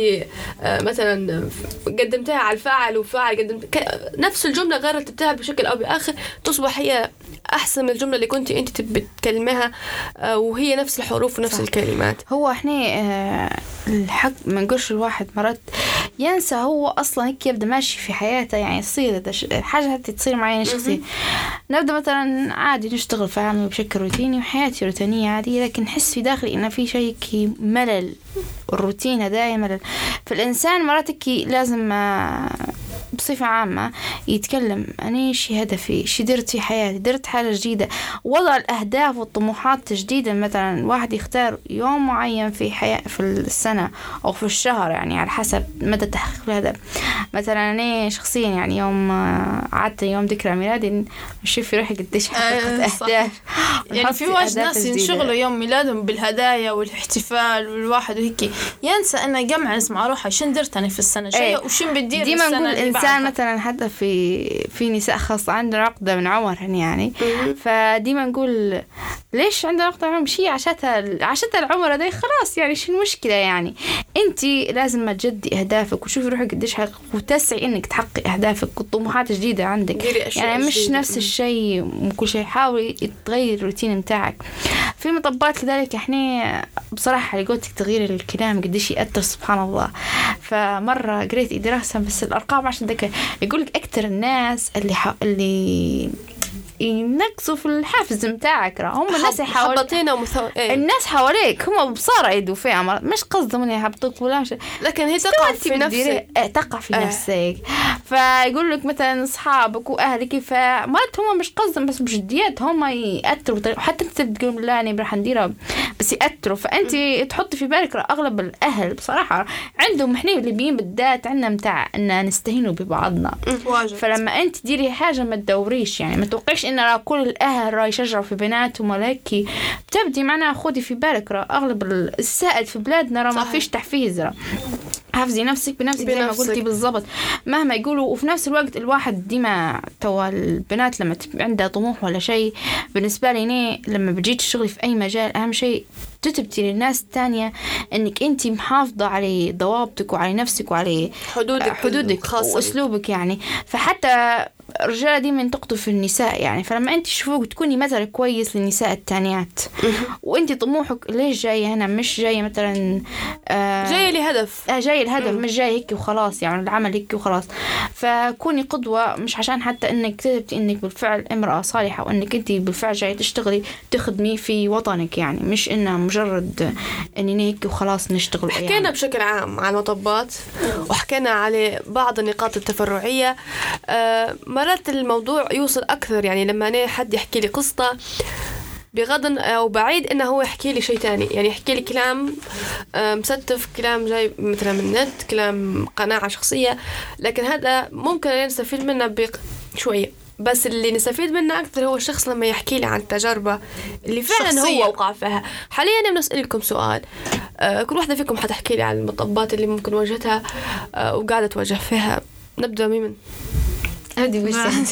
مثلا قدمتها على الفاعل وفاعل قدمت نفس الجملة غيرتها بشكل أو بآخر تصبح هي أحسن من الجملة اللي كنت أنت تبي تكلمها وهي نفس الحروف ونفس صح. الكلمات. هو إحنا الحق ما نقولش الواحد مرات ينسى هو أصلا هيك يبدأ ماشي في حياته يعني يصير حاجة تصير معي شخصية. نبدأ مثلا عادي نشتغل في عمل بشكل روتيني وحياتي روتينية عادية، لكن نحس في داخلي إنه في شيء كي ملل، الروتين هذا ملل. فالإنسان مرات كي لازم بصفة عامة يتكلم أنا إيش هدفي، إيش درت في حياتي، درت حاجة جديدة، وضع الأهداف والطموحات تجديدا. مثلا واحد يختار يوم معين في حياة في السنة أو في الشهر يعني على حسب مدى تحقيق الهدف. مثلا أنا شخصيا يعني يوم عادة يوم ذكرى ميلادي نشوف في روحي قديش حققت أهداف. يعني في واجد ناس ينشغلوا يوم ميلادهم بالهدايا والاحتفال والواحد وهيك ينسى أنه يجمع اسمع روحي شن درت أنا في السنة شيء وشن بدير ديما السنة نقول الإنسان مثلا حتى في في نساء خاصة عندنا عقدة من عمرهن يعني فديما نقول ليش عندنا عقدة من عمر شيء عشتها عشتها العمر ده خلاص يعني شو المشكلة يعني. أنتي لازم ما تجدي أهدافك وشوفي روحك قديش حقق وتسعي إنك تحققي أهدافك والطموحات جديدة عندك يعني مش نفس الشيء وكل شيء. حاولي تغير الروتين متاعك في مطبات. كذلك إحنا بصراحة لقيتك تغيير الكلام قديش يأثر سبحان الله. فمرة قريت دراسة بس الأرقام عشان ذكر يقولك أكتر الناس اللي ح... اللي ينقصوا في الحافز متاعك هم الناس حواليك ومثو... ايه. الناس حواليك هم بصارة يدوا فيها مش قصدهم اني يحبطوك ولا مش لكن هي تقع في نفسك تقع في اه. نفسك. فيقول لك مثلا اصحابك واهلك فمالت هم مش قصدهم بس بجديات هم يأثروا حتى انت تقول لا انا راح نديرها بس يأثروا. فانت تحطي في بالك اغلب الاهل بصراحة عندهم احنا الليبيين بالذات عندنا متاع ان نستهينوا ببعضنا. فلما انت تديري حاجة ما تدوريش يعني ما توقعش إن را كل الأهل را يشجعوا في بناتهم ولكن بتبدي معنا خودي في بالك را أغلب السائد في بلادنا را ما فيش تحفيز را حافظي نفسك بنفسك زي ما قلتي بالضبط مهما يقولوا. وفي نفس الوقت الواحد ديما توا البنات لما عندها طموح ولا شيء بالنسبة لي لما بتجي تشتغلي في أي مجال أهم شيء تثبتي للناس الثانية انك انت محافظة على ضوابطك وعلى نفسك وعلى حدودك حدودك واسلوبك يعني. فحتى الرجالة دي تقطوا في النساء يعني. فلما أنت تشوفوك تكوني مثل كويس للنساء التانيات وأنت طموحك ليش جاية هنا، مش جاية مثلا آه جاية لهدف آه جاية الهدف مش جاية هيك وخلاص يعني العمل هيك وخلاص. فكوني قدوة، مش عشان حتى إنك كتبتي إنك بالفعل امرأة صالحة وإنك أنت بالفعل جاية تشتغلي تخدمي في وطنك يعني، مش إنها مجرد إني هيك وخلاص نشتغل. حكينا يعني بشكل عام عن المطبات وحكينا على بعض النقاط التفرعية. آه مرات الموضوع يوصل أكثر يعني لما أنا حد يحكي لي قصة بغض أو بعيد إنه هو يحكي لي شيء تاني، يعني يحكي لي كلام آه مستف، كلام جاي مثلا من النت، كلام قناعة شخصية، لكن هذا ممكن نستفيد منه بشوية. بس اللي نستفيد منه أكثر هو الشخص لما يحكي لي عن تجربة اللي فعلا شخصية. هو وقع فيها. حاليا أنا بنسألكم سؤال، آه كل واحدة فيكم حتحكي لي عن المطبات اللي ممكن واجهتها آه وقاعدة تواجه فيها. نبدأ ميمن. هذه وجدان.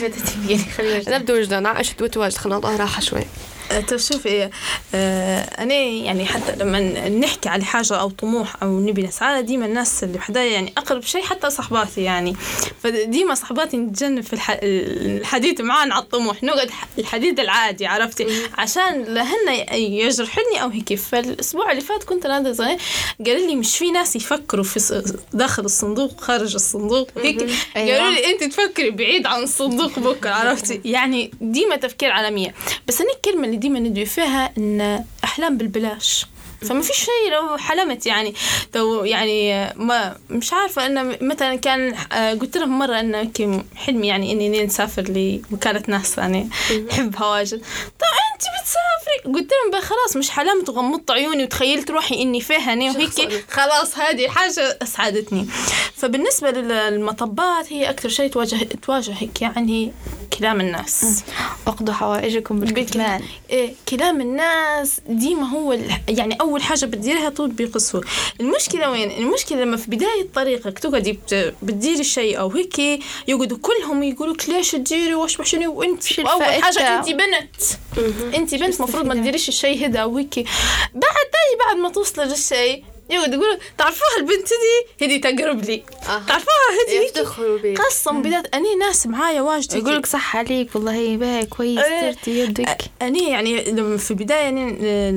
نبدأ وجدان عائشة وتواجد، خلنا نعطيها راحة شوي. طيب شوفي آه أنا يعني حتى لما نحكي على حاجة أو طموح أو نبي نسعى، ديما الناس اللي بحدايا يعني أقرب شيء حتى صحباتي يعني، فديما صحباتي نتجنب في الح... الحديث معانا على الطموح، نقعد الحديث العادي عرفتي عشان لهن يجرحني أو هيك. فالأسبوع اللي فات كنت نادى زي قال لي مش في ناس يفكروا في داخل الصندوق خارج الصندوق هيك، قالوا لي أنت تفكري بعيد عن الصندوق بكرة عرفتي يعني ديما تفكير عالمية. بس أنا الكلمة اللي ديما ندوي فيها إن أحلام بالبلاش، فما في شيء لو حلمت يعني تو يعني ما مش عارفة أن مثلا كان قلت لهم مرة أن حلمي يعني إني نسافر لوكالة ناسا يعني أحبها واجد. طبعا أنت بتسافري، قلت لهم خلاص مش حلمت وغمضت عيوني وتخيلت روحي إني فيها أنا وهيك خلاص هذه حاجة أسعدتني. فبالنسبة للمطبات هي أكثر شيء تواجه تواجهك يعني كلام الناس، أقضوا حوائجكم بالكتمان. إيه كلام الناس ديما هو يعني أول حاجة بتديرها طول بيقصوا. المشكلة وين؟ المشكلة لما في بداية طريقك تقعدي بتديري الشيء أو هيك يقعدوا كلهم يقولوك ليش تديري واش وحشني وانت أول حاجة انت بنت انت بنت مفروض ما تديريش الشيء هذا وهيك. بعد تاني بعد ما توصل للشيء يقعد يقولوا تعرفوها البنت دي هدي تقرب لي أه. تعرفوها هدي قسم بدات أني ناس معايا واجد يقولك صح عليك والله باهي كويس درتي يدك. أني يعني لما في البداية يعني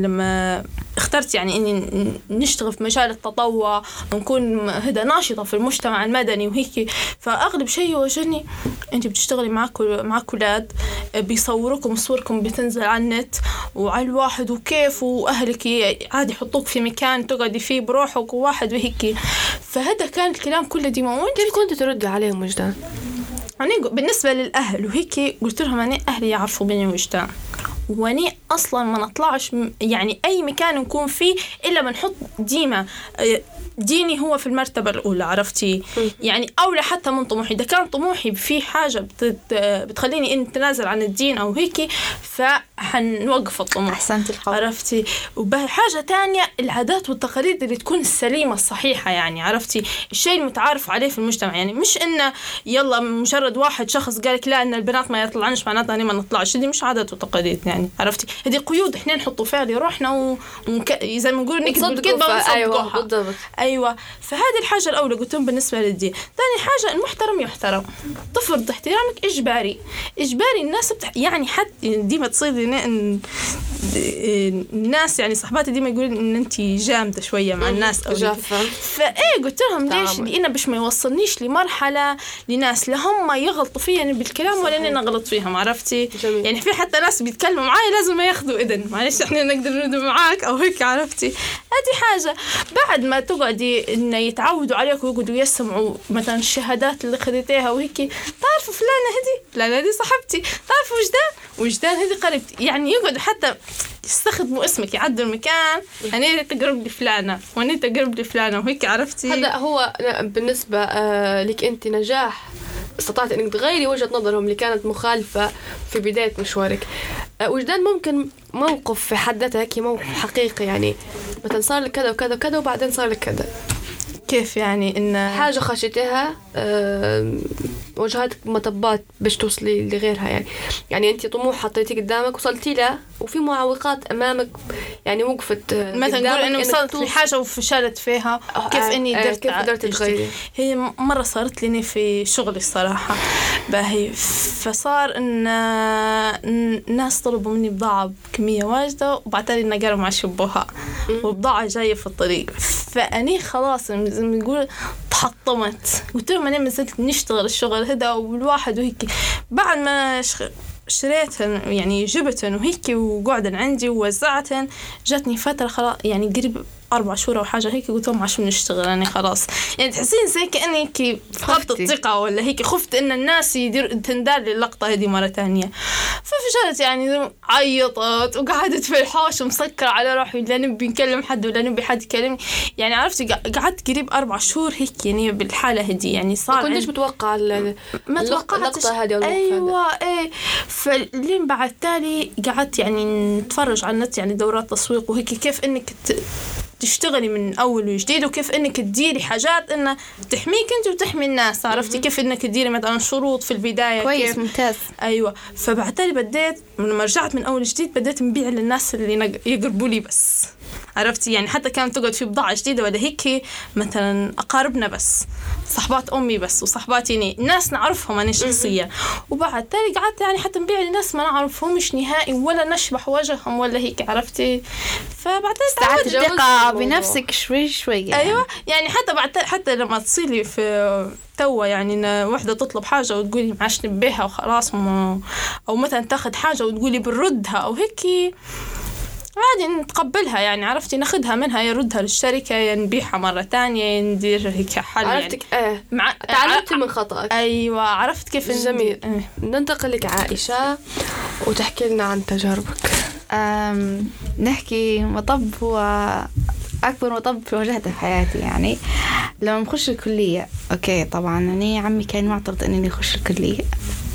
لما اخترت يعني إني نشتغل في مجال التطوع ونكون هدا ناشطة في المجتمع المدني وهيك، فأغلب شيء يواجهني أنت بتشتغلي معك معك أولاد بيصوركم صوركم بتنزل على النت وعلى الواحد وكيف وأهلك عادي يحطوك في مكان تقعدي فيه بروحك وواحد وهيك. فهذا كان الكلام كله ديما. وانت كيف كنت ترد عليهم وجدان؟ أنا بالنسبة للأهل وهيك قلت لهم أنا أهلي يعرفوا بيني وجدان، واني اصلا ما نطلعش يعني اي مكان نكون فيه الا بنحط ديما ديني هو في المرتبة الأولى عرفتي يعني أولى حتى من طموحي. إذا كان طموحي في حاجة بتت... بتخليني إن تنازل عن الدين أو هيك فحنوقف الطموح. أحسنت القول. عرفتي. وبحاجة تانية العادات والتقاليد اللي تكون السليمة الصحيحة يعني عرفتي الشيء المتعارف عليه في المجتمع، يعني مش إنه يلا مجرد واحد شخص قالك لا إن البنات ما يطلعنش معناتها أنا ما نطلعش، دي مش عادات وتقاليد يعني عرفتي. هذه قيود إحنا نحطوا فيها لروحنا ومك... زي ما نقول نكذب بالكذبة ونصدقها. أيوة. فهذه الحاجة الأولى قلت لهم بالنسبة للدين. ثاني حاجة المحترم يحترم، تفرض احترامك إجباري إجباري. الناس بتح... يعني حتى ديما تصير إن الناس يعني صحباتي ديما يقولون إن أنتي جامدة شوية مع الناس أو جافة. فإيه قلت لهم ليش لأنه باش ما يوصلنيش لمرحلة لناس لهم يغلطوا فيا بالكلام ولا أنا نغلط فيهم عرفتي. جميل. يعني في حتى ناس بيتكلموا معاي لازم ما ياخذوا إذن معلش إحنا نقدر ندو معاك أو هيك عرفتي. هذه حاجة. بعد ما تقعدي إنه يتعودوا عليك ويقعدوا يسمعوا مثلا الشهادات اللي خذيتيها وهيك، تعرفوا فلانة هذه فلانة هذه صاحبتي، تعرفوا وجدان وجدان هذه قريبتي، يعني يقعدوا حتى يستخدموا اسمك يعدوا المكان أنا تقرب لي فلانة وأنا تقرب لي فلانة وهيك عرفتي. هذا هو بالنسبة آه لك أنت نجاح استطعت أنك تغيري وجهة نظرهم اللي كانت مخالفة في بداية مشوارك. أه وجدان ممكن موقف في حدتك موقف حقيقي يعني مثلا صار لك كذا وكذا وكذا وبعدين صار لك كذا. كيف يعني إن حاجة خشيتها أه واجهتك مطبات باش توصلي لغيرها يعني يعني أنت طموح حطيتي قدامك وصلتي له وفي معوقات أمامك يعني وقفت مثلا نقول إنه وصلت لحاجة وفشلت فيها كيف إني آه قدرت كيف قدرت تغيري. هي مرة صارت لي في شغلي الصراحة باهي فصار إن الناس طلبوا مني بضاعة بكمية واجدة وبعتالي إن قالوا مع شبوها وبضاعة جاية في الطريق فأني خلاص زي ما نقول تحطمت قلت لهم أنا نزلت نشتغل الشغل هذا والواحد وهيك بعد ما شريتهن يعني جبتهن وهيك وقعدن عندي ووزعتهن جاتني فترة خلاص يعني قريب أربع شهور أو حاجة هيك قلت لهم عشان نشتغل يعني خلاص يعني تحسين زي كأني هيك فقدت الثقة ولا هيك خفت إن الناس يدير تندار لي اللقطة هذه مرة تانية ففشلت يعني عيطت وقعدت في الحوش ومسكرة على روحي لا نبي نكلم حد ولا نبي حد يكلمني يعني عرفتي قعدت قريب أربع شهور هيك يعني بالحالة هذه يعني صار ما كنتش متوقع ما توقعتش هذه أيوة إيه فلين بعد تالي قعدت يعني نتفرج على النت يعني دورات تسويق وهيك كيف إنك ت... تشتغلي من أول وجديد وكيف إنك تديري حاجات إنها تحميك أنت وتحمي الناس عرفتي كيف إنك تديري مثلا شروط في البداية كويس كيف ممتاز أيوة فبعتالي بديت لما رجعت من أول جديد بديت نبيع للناس اللي يقربوا لي بس عرفتي يعني حتى كانت تقعد في بضاعة جديدة ولا هيك مثلا أقاربنا بس صحبات أمي بس وصحباتي ناس نعرفهم أنا شخصيا وبعد تالي قعدت يعني حتى نبيع لناس ما نعرفهمش نهائي ولا نشبح وجههم ولا هيك عرفتي فبعد استعدت الثقة بنفسك شوي شوي يعني. أيوة يعني حتى بعد حتى لما تصيلي في توا يعني إن واحدة تطلب حاجة وتقولي معاش نبيها وخلاص م... أو مثلا تاخد حاجة وتقولي بنردها أو هيك عادي نتقبلها يعني عرفتي ناخدها منها يردها للشركة ينبيعها مرة تانية ندير هيك حل عرفتك يعني. ايه مع... تعلمتي من خطأك. أيوة عرفت كيف جميل اه. ننتقل لك عائشة وتحكي لنا عن تجاربك. أم... نحكي مطب هو أكبر مطب واجهته في حياتي يعني لما نخش الكلية أوكي طبعا أنا عمي كان معترض أنني أخش الكلية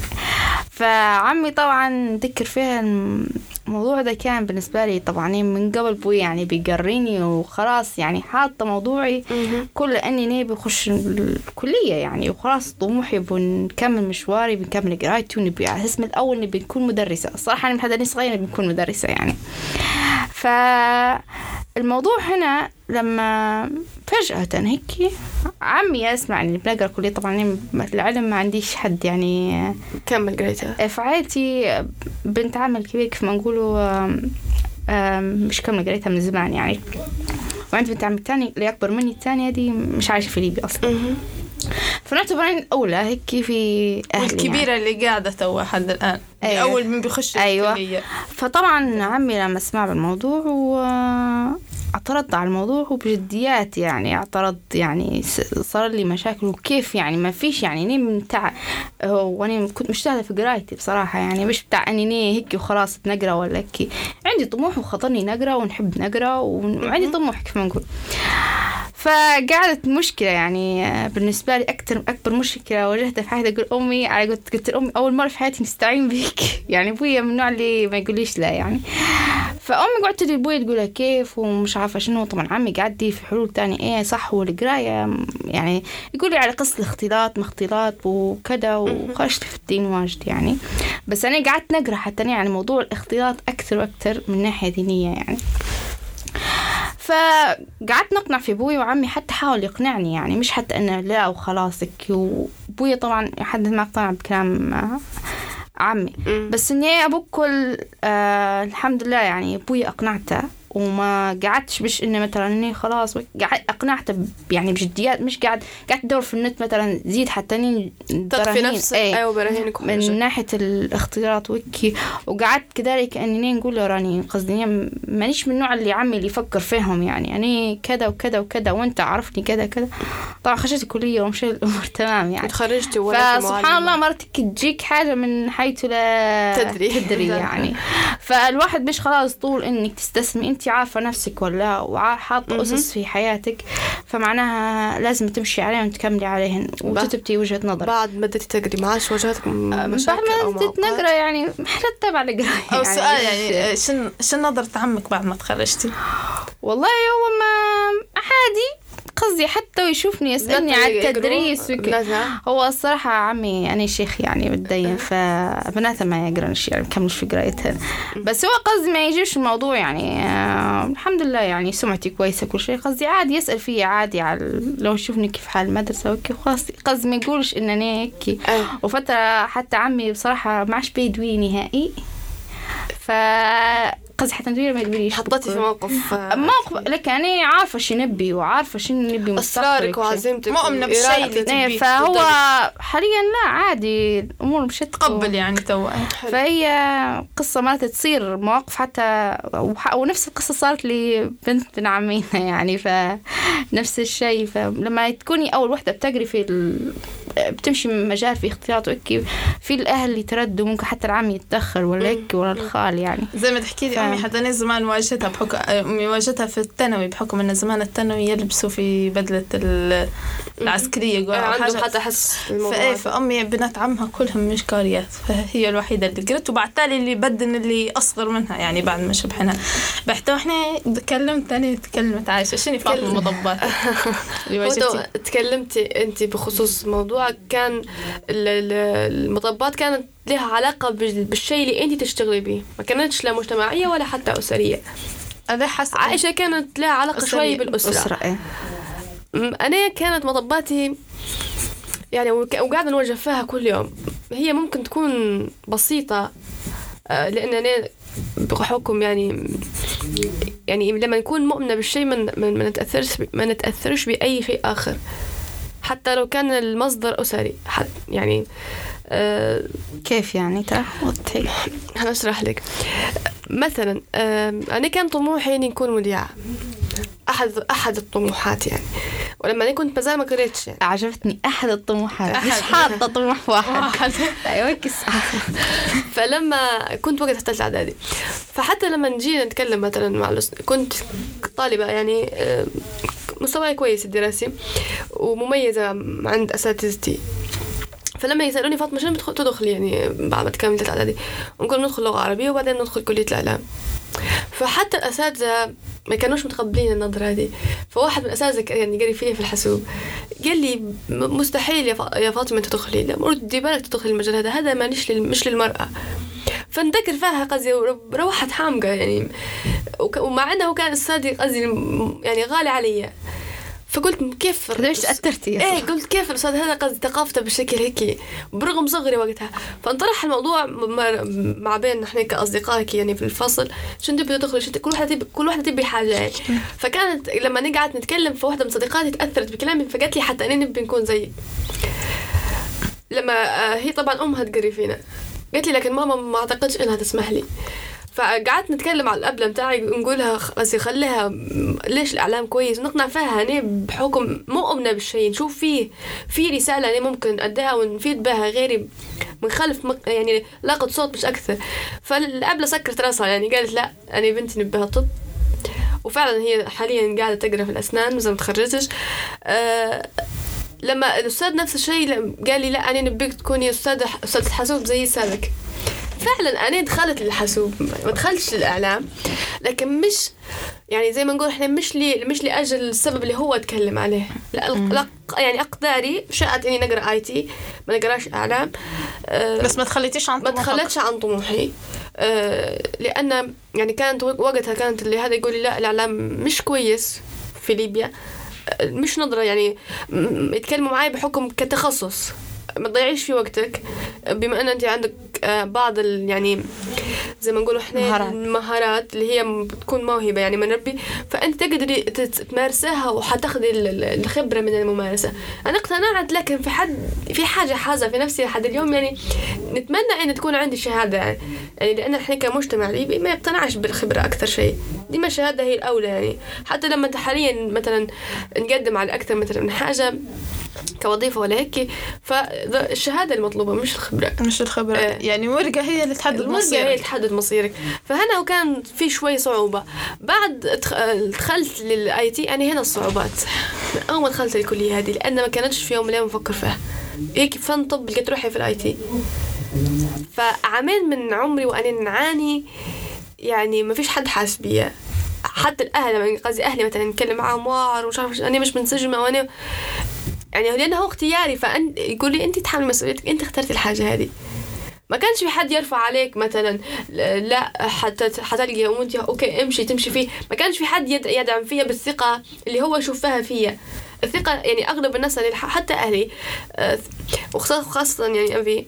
فعمي طبعا ذكر فيها الموضوع ده كان بالنسبة لي طبعا من قبل بوي يعني بيقريني وخلاص يعني حاطة موضوعي كل أني نبي أخش الكلية يعني وخلاص طموحي بنكمل مشواري بنكمل قرايتي ونبي على اسم الأول نبي نكون مدرسة الصراحة أنا من حدا صغيرة نبي نكون مدرسة يعني فالموضوع هنا لما فجأة هيك عمي يسمعني بنقرأ كلية طبعا العلم ما عنديش حد يعني كمل قريتها في عائلتي بنت عمل كبير كيف ما نقولوا مش كمل قريتها من زمان يعني وعندي بنت عمي الثاني اللي أكبر مني الثانية دي مش عايشة في ليبيا أصلا فنعتبر أولى هيك في أهلي الكبيرة يعني. اللي قاعدة توا حد الآن أيوة. أول من بيخش أيوة. الكلية فطبعا عمي لما سمع بالموضوع واعترض على الموضوع وبجديات يعني اعترض يعني صار لي مشاكل وكيف يعني ما فيش يعني ني متاع وانا كنت مجتهدة في قرايتي بصراحة يعني مش بتاع اني ني هيك وخلاص بنقرا ولا هيك عندي طموح وخطرني نقرا ونحب نقرا وعندي طموح كيف ما نقول فقعدت مشكلة يعني بالنسبة لي أكتر أكبر مشكلة واجهتها في حياتي أقول أمي على قلت قلت لأمي أول مرة في حياتي نستعين بيك يعني أبويا من النوع اللي ما يقوليش لا يعني فأمي قعدت تدي أبويا تقولها كيف ومش عارفة شنو طبعا عمي قعدي في حلول تانية إيه صح والقراية يعني يقول لي على قصة الاختلاط مختلاط وكذا وخشت في الدين واجد يعني بس أنا قعدت نقرأ حتى يعني موضوع الاختلاط أكثر وأكثر من ناحية دينية يعني فقعدت نقنع في أبوي وعمي حتى حاول يقنعني يعني مش حتى أنه لا وخلاصك وأبوي طبعا حد ما اقتنع بكلام عمي بس إني أبوك كل آه الحمد لله يعني أبوي أقنعته وما قعدتش بش إنه مثلا إني خلاص قاعد أقنعته يعني بجديات مش قاعد قاعد أدور في النت مثلا زيد حتى إني تخفي نفسك أيوة براهينك من ناحية الاختيارات وكي وقعدت كذلك إني نقول له راني قصدي مانيش من النوع اللي عمي اللي يفكر فيهم يعني أنا كذا وكذا وكذا وأنت عرفتني كذا كذا طبعا خشيت الكلية ومشي الأمور تمام يعني تخرجتي ولا فسبحان الله مرتك تجيك حاجة من حيث لا تدري تدري يعني فالواحد مش خلاص طول إنك تستسمي أنت عارفة نفسك ولا وحاطة أسس في حياتك فمعناها لازم تمشي عليها وتكملي عليهن وتثبتي وجهة نظر بعد ما بدأتي تقري معاش واجهتك مشاكل بعد ما بدأت نقرأ يعني حتى تبع القراية أو يعني سؤال يعني شن شن نظرة عمك بعد ما تخرجتي والله هو ما عادي قصدي حتى يشوفني يسألني على التدريس وك... هو الصراحة عمي أنا شيخ يعني بالدين، فبناتها ما يقرأن شيء يعني كملش في قرايتها، بس هو قصدي ما يجيش الموضوع يعني آه الحمد لله يعني سمعتي كويسة كل شيء، قصدي عادي يسأل فيا عادي على لو يشوفني كيف حال المدرسة وكيف خلاص، قصدي ما يقولش إنني هيك. وفترة حتى عمي بصراحة ما عادش بيدوي نهائي، ف قصدي حتى ندوي ما يدويش حطيتي في موقف موقف لك يعني عارفة شو نبي وعارفة شو نبي أسرارك وعزيمتك مؤمنة بالشيء اللي تبيه، فهو حاليا لا عادي الأمور مش تقبل يعني تو. فهي قصة ما تصير مواقف حتى ونفس القصة صارت لي بنت بن عمينا يعني، فنفس الشيء. فلما تكوني أول وحدة بتجري في ال... بتمشي من مجال في اختياط وكي في الأهل اللي تردوا ممكن حتى العم يتدخل ولا هيك ولا الخال يعني زي ما تحكي لي أمي حتى أنا زمان واجهتها بحكم أمي واجهتها في الثانوي بحكم إن زمان الثانوي يلبسوا في بدلة العسكرية عنده حتى حس فإيه فأمي بنات عمها كلهم مش قاريات، فهي الوحيدة اللي قرت، وبعد تالي اللي بدن اللي أصغر منها يعني بعد ما شبحنا بحتى إحنا تكلمت أنا تكلمت عايشة شنو فاهم المطبات اللي تكلمتي أنت بخصوص موضوع كان المطبات كانت لها علاقة بالشيء اللي أنت تشتغلي به، ما كانتش لا مجتمعية ولا حتى أسرية. أنا حاسة عائشة كانت لها علاقة شوي بالأسرة. أسرة إيه؟ أنا كانت مطباتي يعني وقاعدة نواجه فيها كل يوم، هي ممكن تكون بسيطة لأن أنا بحكم يعني يعني لما نكون مؤمنة بالشيء من ما نتأثرش ما نتأثرش بأي شيء آخر حتى لو كان المصدر أسري حتى يعني أه كيف يعني تعرفي؟ هنشرح لك. مثلا أه أنا كان طموحي إني نكون مذيعة، أحد أحد الطموحات يعني، ولما أنا كنت مازال ما قريتش يعني. عجبتني أحد الطموحات مش حاطة طموح واحد أيوة كس. فلما كنت وقت الثالث إعدادي، فحتى لما نجي نتكلم مثلا مع الأس... كنت طالبة يعني أه مستواي كويس الدراسي ومميزة عند أساتذتي، فلما يسألوني فاطمة شنو بتدخل تدخل يعني بعد ما تكمل ثالث إعدادي، نقول ندخل لغة عربية وبعدين ندخل كلية الإعلام. فحتى الأساتذة ما كانوش متقبلين النظرة هذه. فواحد من الأساتذة يعني قال فيها في الحاسوب قال لي مستحيل يا فاطمة تدخلي، لا ردي بالك تدخلي المجال هذا، هذا ما مش مش للمرأة. فنذكر فيها قصدي روحت حامقة يعني، ومع أنه كان الأستاذ قصدي يعني غالي علي. فقلت كيف ليش تأثرتي؟ ايه قلت كيف الأستاذ هذا قصدي ثقافته بالشكل هيك برغم صغري وقتها. فانطرح الموضوع مع بين نحن كأصدقائك يعني في الفصل، شو تبي تدخل شو كل واحدة تبي كل واحدة تبي حاجة يعني. فكانت لما نقعد نتكلم فواحدة من صديقاتي تأثرت بكلامي، فقالت لي حتى أنا نبي نكون زيك. لما هي طبعا أمها تقري فينا قالت لي لكن ماما ما أعتقدش إنها تسمح لي. فقعدت نتكلم على الأبلة متاعي نقولها قصدي خليها ليش الإعلام كويس، نقنع فيها أنا بحكم مؤمنة بالشيء، نشوف فيه في رسالة أنا ممكن أديها ونفيد بها غيري من خلف يعني لاقت صوت مش أكثر. فالأبلة سكرت رأسها يعني قالت لا أنا بنتي نبيها طب، وفعلا هي حاليا قاعدة تقرأ في الأسنان وزي ما تخرجتش. أه لما الأستاذ نفس الشيء قال لي لا أنا نبيك تكوني أستاذ أستاذ حاسوب زي سابك. فعلا أنا دخلت للحاسوب ما دخلتش للإعلام، لكن مش يعني زي ما نقول إحنا مش لي مش لأجل السبب اللي هو اتكلم عليه، لا يعني أقداري شاءت إني نقرأ آي تي ما نقراش إعلام. أه بس ما تخليتيش عن ما تخلتش عن طموحي. أه لأن يعني كانت وقتها كانت اللي هذا يقول لي لا الإعلام مش كويس في ليبيا، مش نظرة يعني يتكلموا معي بحكم كتخصص ما تضيعيش في وقتك بما أن أنت عندك بعض يعني زي ما نقولوا إحنا المهارات اللي هي بتكون موهبة يعني من ربي، فأنت تقدري تمارسها وحتاخذي الخبرة من الممارسة. أنا اقتنعت لكن في حد في حاجة حاجة في نفسي لحد اليوم يعني نتمنى أن تكون عندي شهادة يعني, يعني لأن إحنا كمجتمع ليبي ما يقتنعش بالخبرة أكثر شيء، دي ما الشهادة هي الأولى يعني. حتى لما أنت حاليا مثلا نقدم على أكثر مثلا من حاجة كوظيفة ولا هيك، فالشهادة المطلوبة مش الخبرة مش الخبرة آه يعني ورقة هي اللي تحدد مصيرك هي اللي تحدد مصيرك. فهنا وكان في شوي صعوبة بعد دخلت للآي تي. أنا هنا الصعوبات أول ما دخلت الكلية هذه لأن ما كانتش في يوم لا مفكر فيها هيك فن طب لقيت روحي في الآي تي. فعامين من عمري وأنا نعاني يعني ما فيش حد حاس بيا حتى الأهل لما قصدي أهلي مثلا نتكلم معهم وار ومش عارف أنا مش منسجمة وأنا يعني لأنه هو اختياري فأن يقول لي أنت تحمل مسؤوليتك أنت اخترتي الحاجة هذه ما كانش في حد يرفع عليك مثلا لا حتى حتلقي وانت اوكي امشي تمشي فيه ما كانش في حد يدعم فيها بالثقة اللي هو يشوفها فيها الثقة يعني أغلب الناس اللي حتى أهلي وخاصة يعني أبي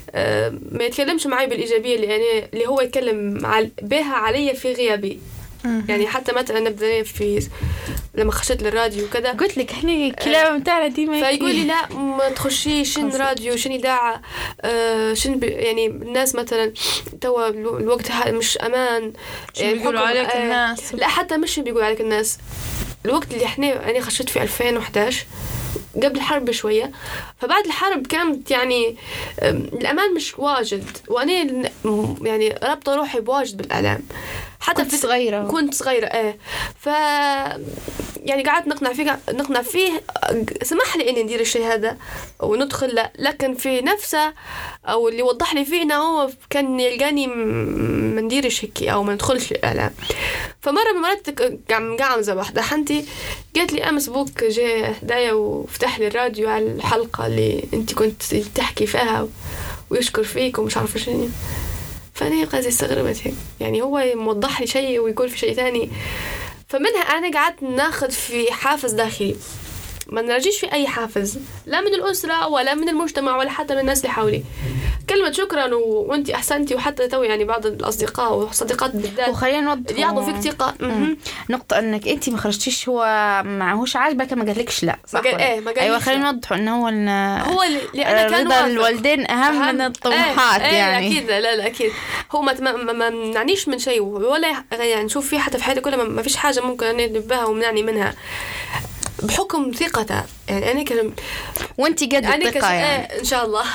ما يتكلمش معي بالإيجابية اللي يعني اللي هو يتكلم بها علي في غيابي يعني حتى مثلا نبدأ في لما خشيت للراديو وكذا قلت لك احنا الكلام بتاعنا ديما فيقول لي لا ما تخشيش شن راديو شن إذاعة آه شن يعني الناس مثلا توا الوقت مش أمان يعني بيقولوا عليك آه الناس لا حتى مش بيقولوا عليك الناس الوقت اللي احنا أنا خشيت في ألفين وإحدى عشر قبل الحرب شوية فبعد الحرب كانت يعني الأمان مش واجد وأنا يعني ربط روحي بواجد بالإعلام حتى كنت صغيرة كنت صغيرة ايه ف يعني قعدت نقنع فيه نقنع فيه سمح لي اني ندير الشيء هذا وندخل لا لكن في نفسه او اللي وضح لي فيه انه هو كان يلقاني ما نديرش هيك او ما ندخلش الاعلام فمره من المرات قام قاعمزه واحده حنتي قالت لي امس بوك جاء هدايا وفتح لي الراديو على الحلقه اللي انت كنت تحكي فيها ويشكر فيك ومش عارفه شنو فأنا قاعدة استغربت هيك يعني هو موضح لي شيء ويقول في شيء ثاني فمنها أنا قعدت ناخذ في حافز داخلي ما نرجيش في أي حافز لا من الأسرة ولا من المجتمع ولا حتى من الناس اللي حولي كلمة شكرا و... وانت أحسنتي وحتى تو يعني بعض الأصدقاء وصديقات بالذات وخلينا نوضح يعطوا فيك ثقة نقطة أنك أنت ما خرجتيش هو معهوش عاجبك ما قالكش لا صح ما إيه ما أيوة خلينا نوضح إنه هو إن هو اللي أنا كان رضا الوالدين أهم, أهم من الطموحات إيه يعني إيه أكيد لا لا أكيد هو ما ما ما منعنيش من شيء ولا يعني نشوف فيه حتى في حياتي كلها ما فيش حاجة ممكن أن ننبهها ومنعني منها بحكم ثقته يعني أنا كلم وأنتي قد أنا الثقة كش... يعني إن شاء الله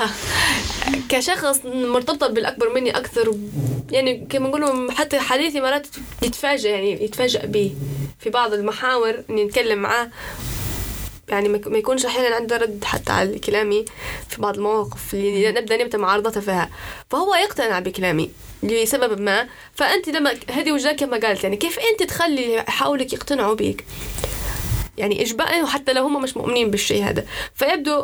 كشخص مرتبطة بالأكبر مني أكثر يعني كما نقولوا حتى حديثي مرات يتفاجأ يعني يتفاجأ به في بعض المحاور إني نتكلم معاه يعني ما يكونش أحيانا عنده رد حتى على كلامي في بعض المواقف اللي نبدأ نبدأ معارضته فيها فهو يقتنع بكلامي لسبب ما فأنت لما هذه وجهة كما قالت يعني كيف أنت تخلي حولك يقتنعوا بيك يعني إجباء وحتى لو هم مش مؤمنين بالشيء هذا فيبدو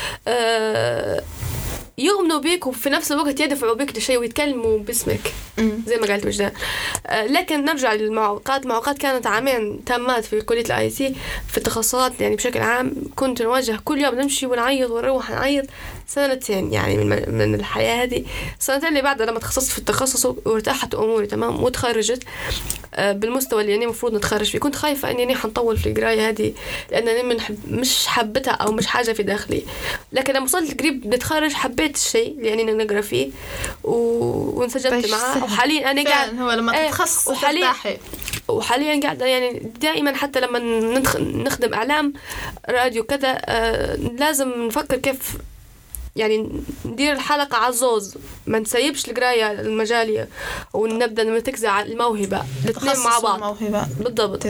آه يؤمنوا بيك وفي نفس الوقت يدفعوا بيك لشيء ويتكلموا باسمك زي ما قالت وجدان آه لكن نرجع للمعوقات معوقات كانت عامين تامات في كلية الاي تي في التخصصات يعني بشكل عام كنت نواجه كل يوم نمشي ونعيط ونروح نعيط سنتين يعني من من الحياة هذه السنتين اللي بعدها لما تخصصت في التخصص وارتاحت أموري تمام وتخرجت آه بالمستوى اللي يعني مفروض نتخرج فيه كنت خايفة إني أنا حنطول في القراية هذه لأنني من حب مش حبتها أو مش حاجة في داخلي لكن لما وصلت قريب نتخرج حبيت الشيء اللي يعني نقرأ فيه و... وانسجمت معاه وحاليا أنا قاعد هو لما تتخصص وحاليا وحاليا قاعدة يعني دائما حتى لما نخدم إعلام راديو كذا آه لازم نفكر كيف يعني ندير الحلقة على الزوز ما نسيبش القراية المجالية ونبدأ نرتكز على الموهبة الاثنين مع بعض الموهبة بالضبط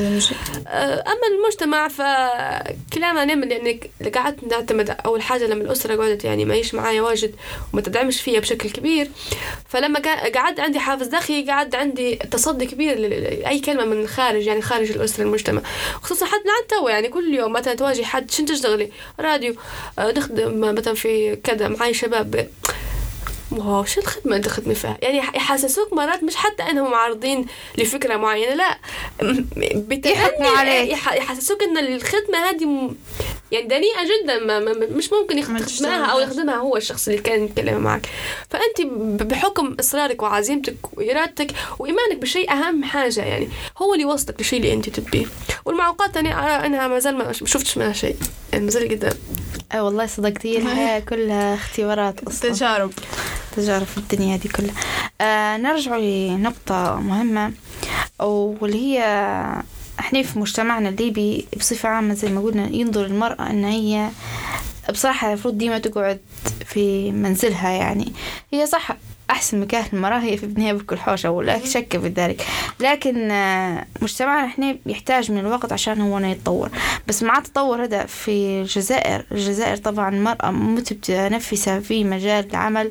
أما المجتمع فكلامنا نعمل لأنك قعدت نعتمد أول حاجة لما الأسرة قعدت يعني ما يش معايا واجد وما تدعمش فيها بشكل كبير فلما قعد عندي حافز داخلي قعد عندي تصدي كبير لأي كلمة من الخارج يعني خارج الأسرة المجتمع خصوصا حتى لعن تو يعني كل يوم مثلا تواجه حد شن تشتغلي راديو نخدم مثلا في كذا معي شباب واو شو الخدمة اللي تخدمي فيها يعني يحسسوك مرات مش حتى أنهم معارضين لفكرة معينة لا يحكموا عليك يحسسوك أن الخدمة هذه م... يعني دنيئة جدا ما مش ممكن يخدمها أو يخدمها هو الشخص اللي كان يتكلم معك فأنت بحكم إصرارك وعزيمتك وإرادتك وإيمانك بشيء أهم حاجة يعني هو اللي وصلك لشيء اللي أنت تبيه والمعوقات أنا أرى أنها ما زال ما شفتش منها شيء يعني ما زال قدام أي والله صدقتي الحياة كلها اختبارات أصلا تجارب تجارب في الدنيا دي كلها آه نرجع لنقطة مهمة واللي هي احنا في مجتمعنا الليبي بصفة عامة زي ما قلنا ينظر المرأة ان هي بصراحة المفروض ديما تقعد في منزلها يعني هي صح أحسن مكان المرأة هي في بنية بكل حوشة ولا شك في ذلك لكن مجتمعنا إحنا يحتاج من الوقت عشان هو يتطور بس مع التطور هذا في الجزائر الجزائر طبعا المرأة متنفسة في مجال العمل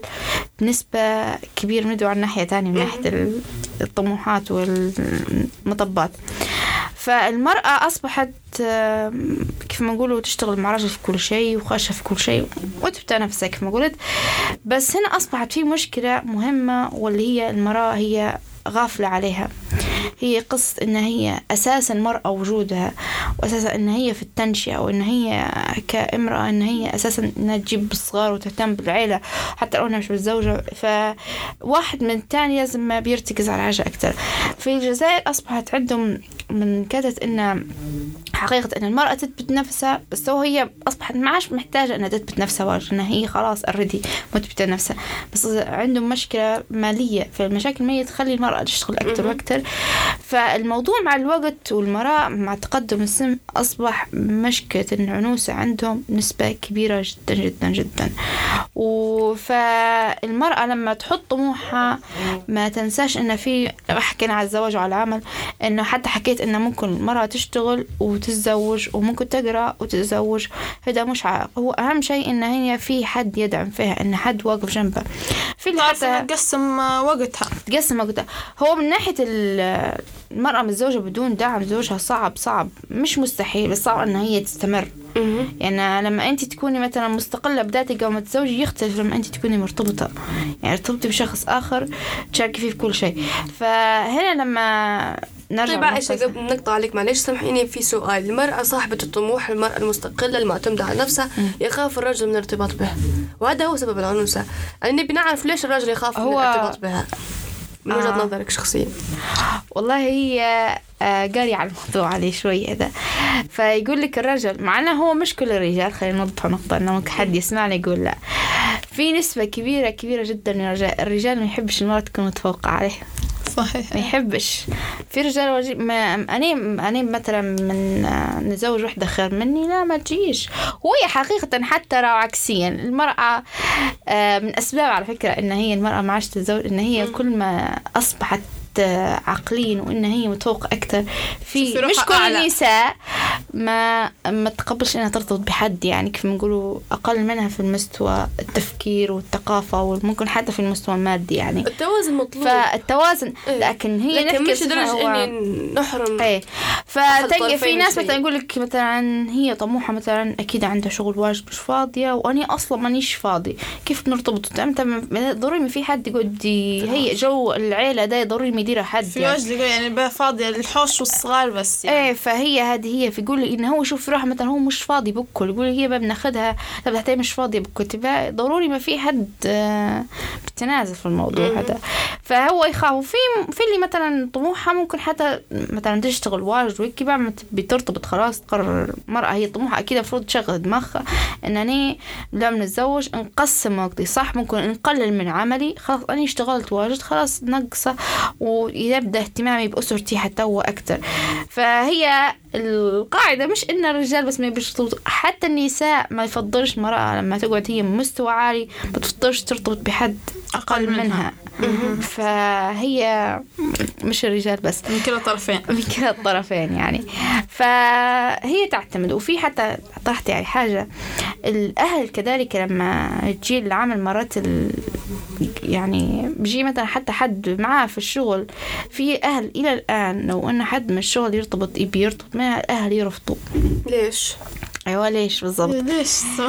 بنسبة كبيرة ندعو على الناحية تانية من ناحية الطموحات والمطبات فالمرأة أصبحت كيف ما نقولوا تشتغل مع رجل في كل شيء وخاشة في كل شيء وتبتع نفسها كيف ما قلت. بس هنا أصبحت في مشكلة مهمة واللي هي المرأة هي غافلة عليها. هي قصة إن هي أساسا المرأة وجودها وأساسا إن هي في التنشئة وإن هي كامرأة إن هي أساسا إنها تجيب بالصغار وتهتم بالعيلة حتى لو أنها مش بالزوجة. فواحد من الثاني لازم ما بيرتكز على العجة أكتر. في الجزائر أصبحت عندهم من كادت إن حقيقة إن المرأة تثبت نفسها بس هو هي أصبحت ما عادش محتاجة إنها تثبت نفسها واجد إنها هي خلاص أردي مثبتة نفسها. بس عندهم مشكلة مالية فالمشاكل المالية تخلي المرأة تشتغل أكتر وأكتر. فالموضوع مع الوقت والمرأة مع تقدم السن أصبح مشكلة العنوسة عندهم نسبة كبيرة جدا جدا جدا. فالمرأة لما تحط طموحها ما تنساش إن في حكينا على الزواج وعلى العمل إنه حتى حكيت إنه ممكن المرأة تشتغل وتتزوج وممكن تقرأ وتتزوج. هذا مش عائق. هو أهم شيء إن هي في حد يدعم فيها إن حد واقف جنبها في اللي حتى تقسم وقتها تقسم وقتها. هو من ناحية المرأة متزوجة بدون دعم زوجها صعب صعب مش مستحيل بس صعب إن هي تستمر. يعني لما أنت تكوني مثلا مستقلة بذاتك أو متزوجة يختلف لما أنت تكوني مرتبطة يعني ارتبطي بشخص آخر تشاركي فيه في كل شيء. فهنا لما نرجع طيب عائشة قبل نقطع عليك معلش سامحيني في سؤال. المرأة صاحبة الطموح المرأة المستقلة المعتمدة على نفسها يخاف الرجل من الارتباط بها وهذا هو سبب العنوسة. يعني نبي نعرف ليش الرجل يخاف من الارتباط بها من وجهة آه. نظرك شخصيا. والله هي قاري على الموضوع عليه شوي هذا. فيقول لك الرجل معنا هو مش كل الرجال خلينا نوضح نقطة إنه ممكن حد يسمعني يقول لا في نسبة كبيرة كبيرة جدا من الرجال الرجال ما يحبش المرأة تكون متفوقة عليه. صحيح ما يحبش. في رجال واجي ما أنا أنا مثلا من نزوج واحدة خير مني لا ما تجيش. هو حقيقة حتى لو عكسيا المرأة من أسباب على فكرة إن هي المرأة ما عادش تتزوج إن هي كل ما أصبحت عقلين وإن هي متفوقة أكتر في مش كل النساء ما ما تقبلش إنها ترتبط بحد يعني كيف نقولوا أقل منها في المستوى التفكير والثقافة وممكن حتى في المستوى المادي يعني التوازن مطلوب. فالتوازن إيه. لكن هي لكن مش درجة إني نحرم. إيه. فتجي في ناس مثلا يقول لك مثلا هي طموحها مثلا أكيد عندها شغل واجب مش فاضية وأنا أصلا مانيش فاضي كيف بنرتبط. أنت ضروري ما في حد يقول دي هي جو العيلة ده ضروري يدير حد في يعني. وجه يعني بقى فاضي الحوش والصغار بس يعني. ايه فهي هذه هي فيقول لي انه هو شوف روح مثلا هو مش فاضي بكل يقول لي هي بقى بناخدها طب حتى مش فاضيه بكل تبقى ضروري ما في حد بتنازل في الموضوع هذا. فهو يخاف. وفي في اللي مثلا طموحها ممكن حتى مثلا تشتغل واجد وهيك بعد بترتبط خلاص تقرر المرأة هي طموحها اكيد المفروض تشغل دماغها انني لما نتزوج نقسم وقتي صح ممكن نقلل من عملي خلاص انا اشتغلت واجد خلاص نقصه ويبدأ اهتمامي بأسرتي حتى هو أكتر. فهي القاعدة مش إن الرجال بس ما بيشتغلوا حتى النساء ما يفضلش المرأة لما تقعد هي مستوى عالي بتفضلش ترتبط بحد أقل منها. فهي مش الرجال بس من كلا الطرفين من كلا الطرفين يعني. فهي تعتمد. وفي حتى طرحت يعني حاجة الأهل كذلك لما تجي العمل مرات ال... يعني بيجي مثلا حتى حد معاه في الشغل في أهل إلى الآن لو أن حد من الشغل يرتبط بيرتبط مع الأهل يرفضوا. ليش؟ أيوة ليش بالضبط ليش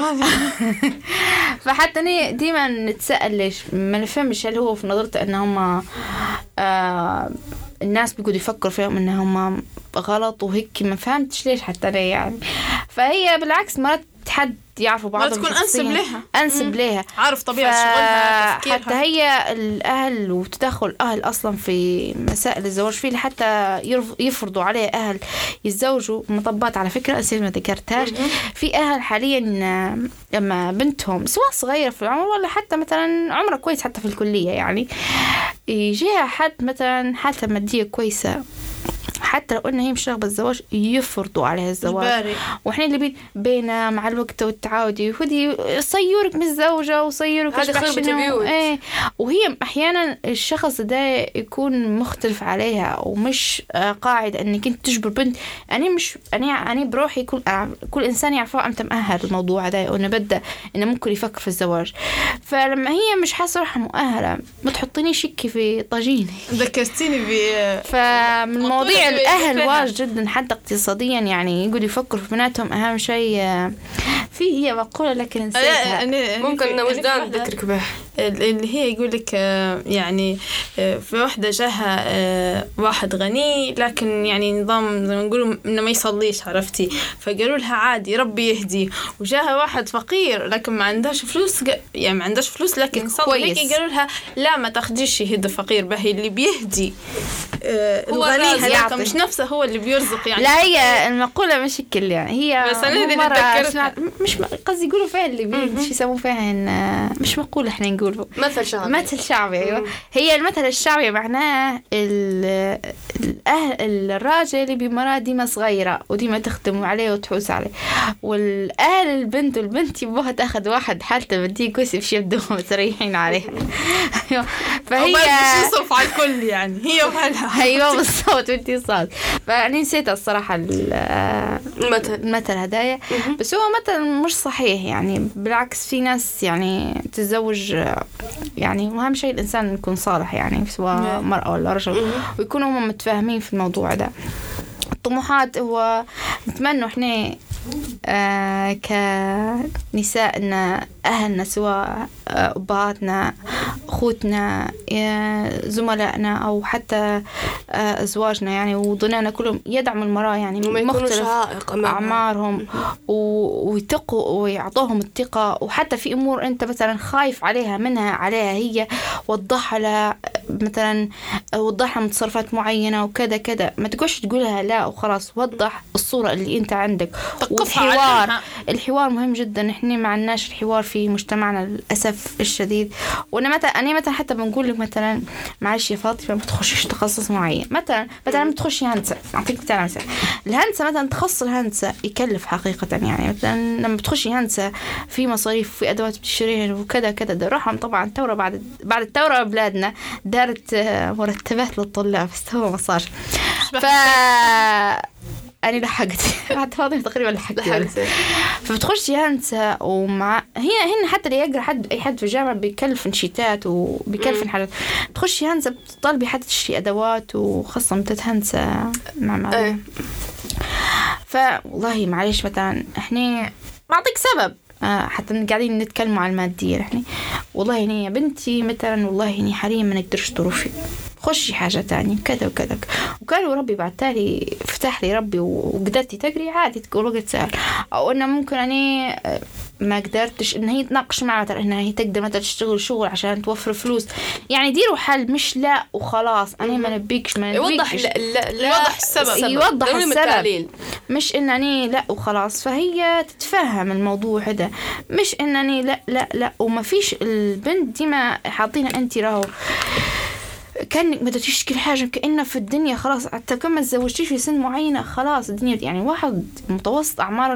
فحتى أنا ديما نتسأل ليش ما نفهمش هل هو في نظرته أن هم آه الناس بيقولوا يفكروا فيهم أنهم غلط وهيك ما فهمتش ليش حتى أنا يعني. فهي بالعكس مرات حد يعرفوا بعضهم تكون أنسب لها أنسب لها عارف طبيعة شغلها تفكيرها. حتى هي الأهل وتدخل الأهل أصلا في مسائل الزواج فيه حتى يفرضوا عليه أهل يتزوجوا مطبات. على فكرة أسير ما ذكرتهاش في أهل حاليا لما بنتهم سواء صغيرة في العمر ولا حتى مثلا عمرها كويس حتى في الكلية يعني يجيها حد مثلا حالته مادية كويسة حتى لو أنها هي مش رغبة الزواج يفرضوا عليها الزواج الباري. وإحنا اللي بين بينا مع الوقت والتعاودي وهدي صيورك متزوجة وصيورك هذا خربت بيوت. إيه. وهي أحيانا الشخص ده يكون مختلف عليها ومش قاعد أنك أنت تجبر بنت. أنا مش أنا أنا بروحي كل كل إنسان يعرفه أمتى مؤهل الموضوع ده وأنا بدأ إنه ممكن يفكر في الزواج. فلما هي مش حاسة روحها مؤهلة ما تحطيني شكي في طاجيني. ذكرتيني ب فمن المواضيع والأهل واجد جدا حتى اقتصاديا يعني يقولوا يفكروا في بناتهم أهم شيء. في هي مقولة لكن نسيتها ممكن وجدان ذكرك به اللي هي يقول لك يعني في واحدة جاها واحد غني لكن يعني نظام زي ما نقولوا إنه ما يصليش عرفتي فقالوا لها عادي ربي يهدي. وجاها واحد فقير لكن ما عندهاش فلوس يعني ما عندهاش فلوس لكن صلي هيك قالوا لها لا ما تاخديش يهدي فقير بهي اللي بيهدي الغني هذاك مش نفسه هو اللي بيرزق يعني. لا هي المقولة مش الكل يعني هي مرة مش قصدي يقولوا فيها اللي بيهدي شو يسموه فيها مش مقولة احنا نقول مثل شعبي. مثل شعبي أيوة. هي المثل الشعبي معناه الأهل الراجل اللي بمرأة ديما صغيرة وديما تخدم عليه وتحوس عليه والأهل البنت والبنت يبوها تاخذ واحد حالته بديه كويس بشي يبدوهم تريحين عليها. فهي تصرف على الكل يعني هي وهلها. أيوة بالصوت وانتي صاد. فأنا نسيت الصراحة المثل المثل هدايا بس هو مثل مش صحيح يعني بالعكس في ناس يعني تتزوج يعني أهم شيء الإنسان يكون صالح يعني سواء مرأة ولا رجل ويكونوا هم متفاهمين في الموضوع ده. الطموحات هو نتمنى إحنا آه كنساء إن أهلنا سواء أباتنا أخوتنا زملائنا أو حتى أزواجنا يعني وضنانا كلهم يدعموا المرأة يعني مختلف أعمارهم ويتقوا ويعطوهم الثقة وحتى في أمور أنت مثلا خايف عليها منها عليها هي وضحها لها مثلا وضحها من تصرفات معينة وكذا كذا ما تقولش تقولها لا وخلاص وضح الصورة اللي أنت عندك. والحوار الحوار مهم جدا. إحنا ما عندناش الحوار في مجتمعنا للأسف الشديد. وأنا مثلا أنا مثلا حتى بنقول لك مثلا معلش يا فاطمة ما تخشيش تخصص معين مثلا مثلا ما تخشي هندسة. أعطيك مثال مثلا الهندسة مثلا تخصص الهندسة يكلف حقيقة يعني مثلا لما بتخشي هندسة في مصاريف في أدوات بتشتريها وكذا كذا دروحهم طبعا الثورة بعد بعد الثورة بلادنا دارت مرتبات للطلاب استوى مصاري ف أنا لحقت بعد فاضي تقريبا لحقت فبتخشي هندسة ومع هنا هنا حتى اللي يقرأ حد أي حد في الجامعة بيكلف نشيتات وبيكلف حاجات تخشي هندسة بتطلبي حتى تشتري أدوات وخاصة متت هندسة مع مع فوالله معليش مثلا إحنا بعطيك سبب حتى قاعدين نتكلم عن المادية إحنا والله هني يا بنتي مثلا والله هني حاليا ما نقدرش تروحي خشي حاجة تانية كذا وكذا وقالوا ربي بعد تالي فتح لي ربي وقدرتي تقري عادي تقول وقت سهل أو أنه ممكن أني ما قدرتش إن هي تناقش معها مثلا إنها هي تقدر مثلا تشتغل شغل عشان توفر فلوس يعني ديروا حل مش لا وخلاص أنا ما نبيكش ما يوضح لا لا يوضح السبب يوضح السبب مش إنني لا وخلاص فهي تتفهم الموضوع هذا مش إنني لا لا لا وما فيش البنت دي ما حاطينها أنت راهو كأنك ما تشكل حاجة كأنه في الدنيا خلاص حتى كم ما تزوجتيش في سن معينة خلاص الدنيا يعني واحد متوسط أعمار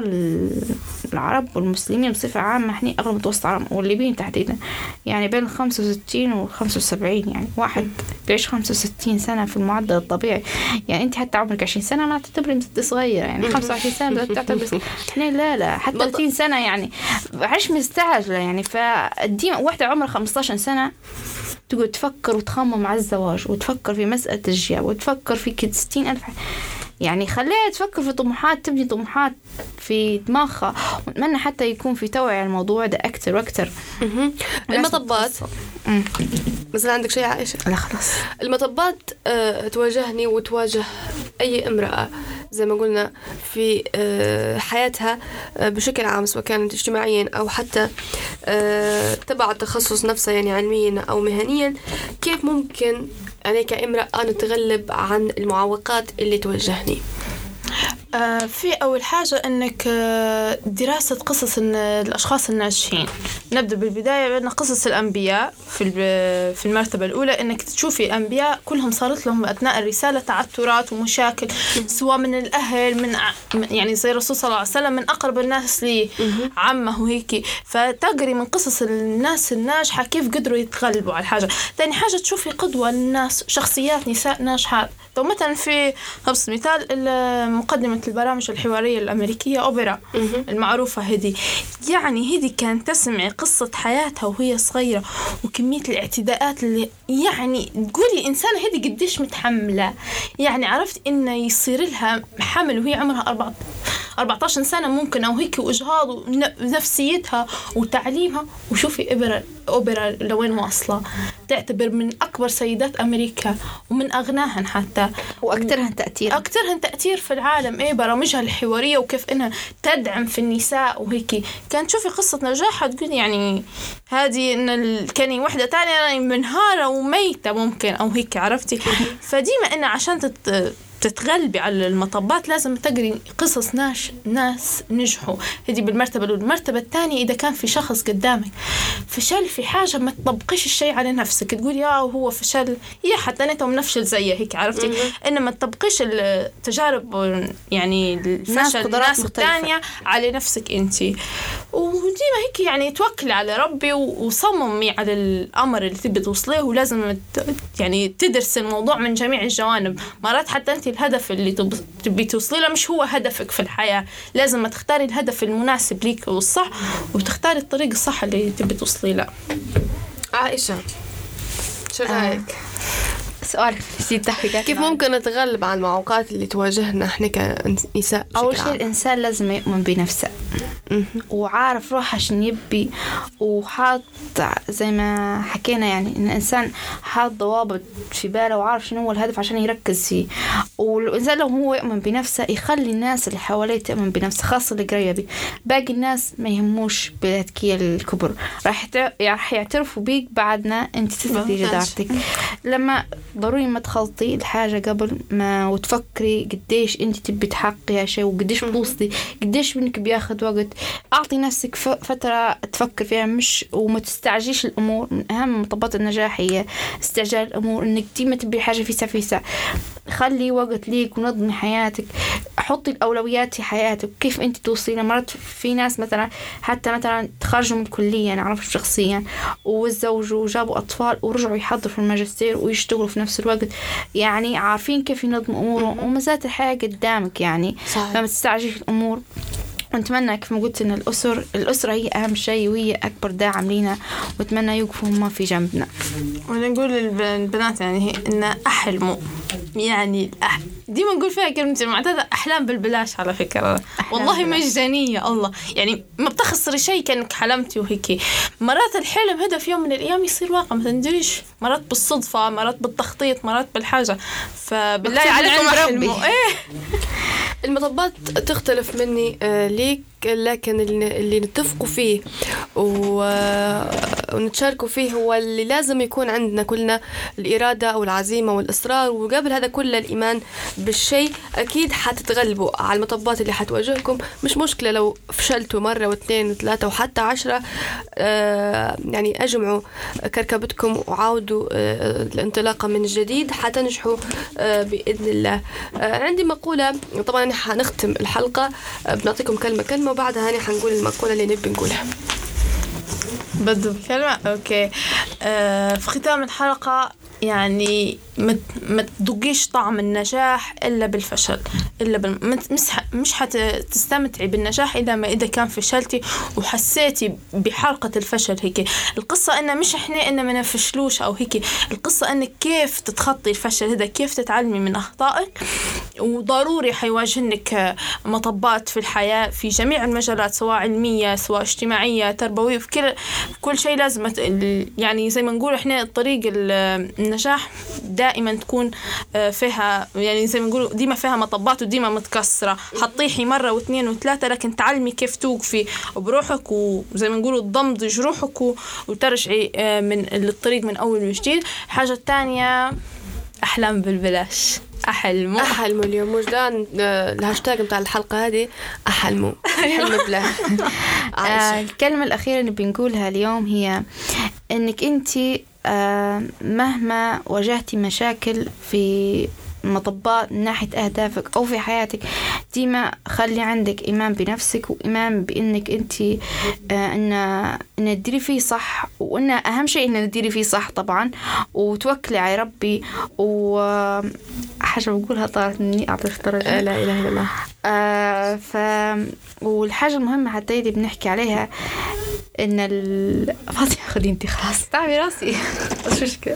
العرب والمسلمين بصفة عامة إحنا أغلب متوسط عرب والليبيين تحديدا يعني بين الخمسة وستين والخمسة وسبعين يعني واحد بيعيش خمسة وستين سنة في المعدل الطبيعي يعني أنت حتى عمرك عشرين سنة ما تعتبري مثل صغيرة يعني خمسة وعشرين سنة تعتبري إحنا لا لا حتى ثلاثين سنة يعني عيش مستعجلة يعني فالديما واحدة عمرها خمستاشر سنة تقول تفكر وتخمم على الزواج وتفكر في مسألة الجياب وتفكر في كده ستين ألف يعني خليها تفكر في طموحات تبني طموحات في دماغها وأتمنى حتى يكون في توعية الموضوع ده أكتر وأكتر. المطبات مثلا عندك شيء عائشة؟ لا خلاص المطبات أه تواجهني وتواجه أي امرأة زي ما قلنا في أه حياتها أه بشكل عام سواء كانت اجتماعيا أو حتى أه تبع التخصص نفسه يعني علميا أو مهنيا كيف ممكن أنا كامرأة نتغلب عن المعوقات اللي تواجهني؟ آه في أول حاجة أنك آه دراسة قصص الأشخاص الناجحين. نبدأ بالبداية بأن قصص الأنبياء في في المرتبة الأولى أنك تشوفي أنبياء كلهم صارت لهم أثناء الرسالة تعثرات ومشاكل سواء من الأهل من يعني زي الرسول صلى الله عليه وسلم من أقرب الناس لي عمه وهيك فتقري من قصص الناس الناجحة كيف قدروا يتغلبوا على الحاجة. ثاني حاجة تشوفي قدوة للناس شخصيات نساء ناجحات. لو مثلا في نفس مثال مقدمة قدمت البرامج الحوارية الأمريكية أوبرا المعروفة هدي. يعني هدي كانت تسمع قصة حياتها وهي صغيرة وكمية الاعتداءات اللي يعني تقولي إنسانة هدي قديش متحملة. يعني عرفت إنه يصير لها حمل وهي عمرها أربعة أربعة عشر سنة ممكن أو هيك، وإجهاض ونفسيتها وتعليمها. وشوفي إبرة أوبرا لوين واصلة، تعتبر من أكبر سيدات أمريكا ومن أغناهن حتى وأكثرهن تأثير أكثرهن تأثير في العالم. إيه برامجها الحوارية وكيف إنها تدعم في النساء وهيك. كانت تشوفي قصة نجاحها تقول يعني هذه إن ال... كان واحدة تانية يعني منهارة وميتة ممكن أو هيك، عرفتي. فديما إنه عشان تت... تتغلبي على المطبات لازم تقري قصص ناس ناس نجحوا. هذه بالمرتبة الأولى. المرتبة الثانية إذا كان في شخص قدامك فشل في حاجة ما تطبقيش الشيء على نفسك، تقولي يا هو فشل يا حتى أنت منفشل زيه هيك، عرفتي. إنما تطبقيش التجارب يعني الفشل الناس الثانية على نفسك أنت. وديما هيك يعني توكلي على ربي وصممي على الأمر اللي تبي توصليه، ولازم يعني تدرس الموضوع من جميع الجوانب. مرات حتى أنت الهدف اللي تبي توصلي له مش هو هدفك في الحياة، لازم تختاري الهدف المناسب ليك والصح وتختاري الطريق الصح اللي تبي توصلي له. عائشة شو رأيك؟ سؤال كيف ممكن نتغلب على المعوقات اللي تواجهنا احنا كنساء؟ أول شيء الإنسان لازم يؤمن بنفسه وعارف روح عشان يبي، وحاط زي ما حكينا يعني إن الإنسان حاط ضوابط في باله وعارف شنو هو الهدف عشان يركز فيه. والإنسان لو هو يؤمن بنفسه يخلي الناس اللي حواليه تؤمن بنفسه، خاصة اللي قريبة. باقي الناس ما يهموش بالتذكية الكبر، راح راح يعترفوا بيك بعدنا أنت تثبتي جدارتك. لما ضروري ما تخلطي الحاجة قبل ما وتفكري قديش أنت تبي تحققي شيء وقديش بتوصلي، قديش منك بياخد وقت. أعطي نفسك فترة تفكر فيها مش وما تستعجيش الأمور. من أهم مطبات النجاح هي استعجال الأمور، إنك ديما تبي حاجة فيسا فيسا. خلي وقت ليك ونظمي حياتك، حطي الأولويات في حياتك كيف أنت توصلي. مرات في ناس مثلا حتى مثلا تخرجوا من الكلية نعرف شخصيا وتزوجوا وجابوا أطفال ورجعوا يحضروا في الماجستير ويشتغلوا في نفس الوقت، يعني عارفين كيف ينظموا أمورهم وما زالت الحياة قدامك يعني. فما تستعجلي الأمور. ونتمنى كيف ما قلت إن الأسر الأسرة هي أهم شيء وهي أكبر داعم لينا، وأتمنى يوقفوا هم في جنبنا. ونقول للبنات يعني إن أحلموا، يعني أح... ديما نقول فيها كلمة معتادة، أحلام بالبلاش على فكرة والله مجانية. الله يعني ما بتخسري شيء كأنك حلمتي وهيك. مرات الحلم هذا في يوم من الأيام يصير واقع، ما تندريش، مرات بالصدفة، مرات بالتخطيط، مرات بالحاجة. فبالله عليكم أحلموا. إيه المطبات تختلف مني آه ليك، لكن اللي نتفقوا فيه ونتشاركوا فيه هو اللي لازم يكون عندنا كلنا الإرادة والعزيمة والإصرار، وقبل هذا كل الإيمان بالشيء. أكيد حتتغلبوا على المطبات اللي حتواجهكم. مش مشكلة لو فشلتوا مرة واثنين وثلاثة وحتى عشرة، آه يعني أجمعوا كركبتكم وعاودوا آه الانطلاقة من جديد حتنجحوا آه بإذن الله. آه عندي مقولة، طبعا حنختم الحلقة آه بنعطيكم كلمة كلمة وبعدها هاني حنقول المقولة اللي نبي نقولها. بدو كلمة أوكي. آه في ختام الحلقة يعني ما تذوقيش طعم النجاح إلا بالفشل، إلا بال... مش مش حتستمتعي بالنجاح إلا ما إذا كان فشلتي وحسيتي بحلقة الفشل. هيك القصة إنه مش إحنا إنه ما نفشلوش أو هيك، القصة إنك كيف تتخطي الفشل هذا، كيف تتعلمي من أخطائك. وضروري حيواجهنك مطبات في الحياة في جميع المجالات، سواء علمية سواء اجتماعية تربوية، في كل كل شيء لازم يعني زي ما نقول إحنا الطريق النجاح دائما تكون فيها يعني زي ما نقولوا ديما فيها مطبات وديما متكسرة. حطيحي مرة واثنين وثلاثة لكن تعلمي كيف توقفي بروحك وزي ما نقولوا تضمد جروحك وترجعي من الطريق من أول وجديد. حاجة تانية أحلام بالبلاش. أحلموا أحلموا اليوم وجدان الهاشتاج متاع الحلقة هذه أحلموا حلم بلا. الكلمة الأخيرة اللي بنقولها اليوم هي إنك أنتي مهما واجهتي مشاكل في مطبات من ناحية أهدافك أو في حياتك، ديما خلي عندك إيمان بنفسك وإيمان بإنك أنت آه إن إن تديري فيه صح، وإن أهم شيء إن تديري فيه صح طبعا، وتوكلي على ربي. وحاجة بقولها طارت مني أعطيك درجة. لا إله إلا الله. آه ف والحاجة المهمة حتى اللي بنحكي عليها إن ال فاطمة خدي أنت خلاص تعبي راسي مش مشكلة.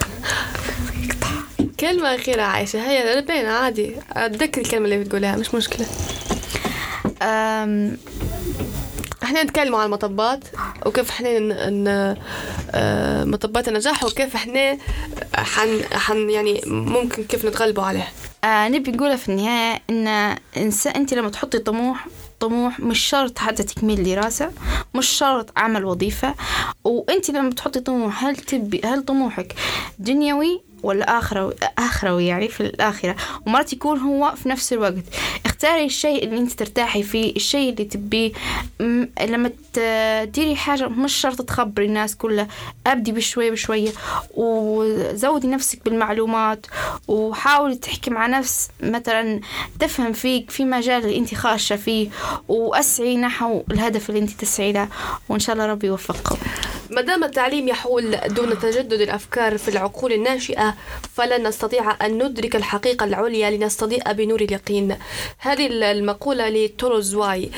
كلمة أخيرة عايشة، هيا ربنا عادي أتذكر الكلمة اللي بتقولها مش مشكلة. أم... احنا نتكلم عن المطبات وكيف احنا ن... ن... آه... مطبات النجاح وكيف احنا حن... حن يعني ممكن كيف نتغلبوا عليه. آه نبي نقولها في النهاية إن إنسان أنت لما تحطي طموح طموح مش شرط حتى تكميل دراسة، مش شرط عمل وظيفة. وأنت لما تحطي طموح هل تبي هل طموحك دنيوي ولا آخروي آخروي يعني في الآخرة، ومرات يكون هو في نفس الوقت. اختاري الشيء اللي انت ترتاحي فيه، الشيء اللي تبيه. لما تديري حاجة مش شرط تخبري الناس كلها، أبدي بشوية بشوية وزودي نفسك بالمعلومات، وحاولي تحكي مع نفس مثلا تفهم فيك في مجال اللي انت خاشة فيه، وأسعي نحو الهدف اللي انت تسعي له، وإن شاء الله ربي يوفقكم. ما دام التعليم يحول دون تجدد الأفكار في العقول الناشئة فلن نستطيع أن ندرك الحقيقة العليا لنستضيء بنور اليقين. هذه المقولة لتولستوي.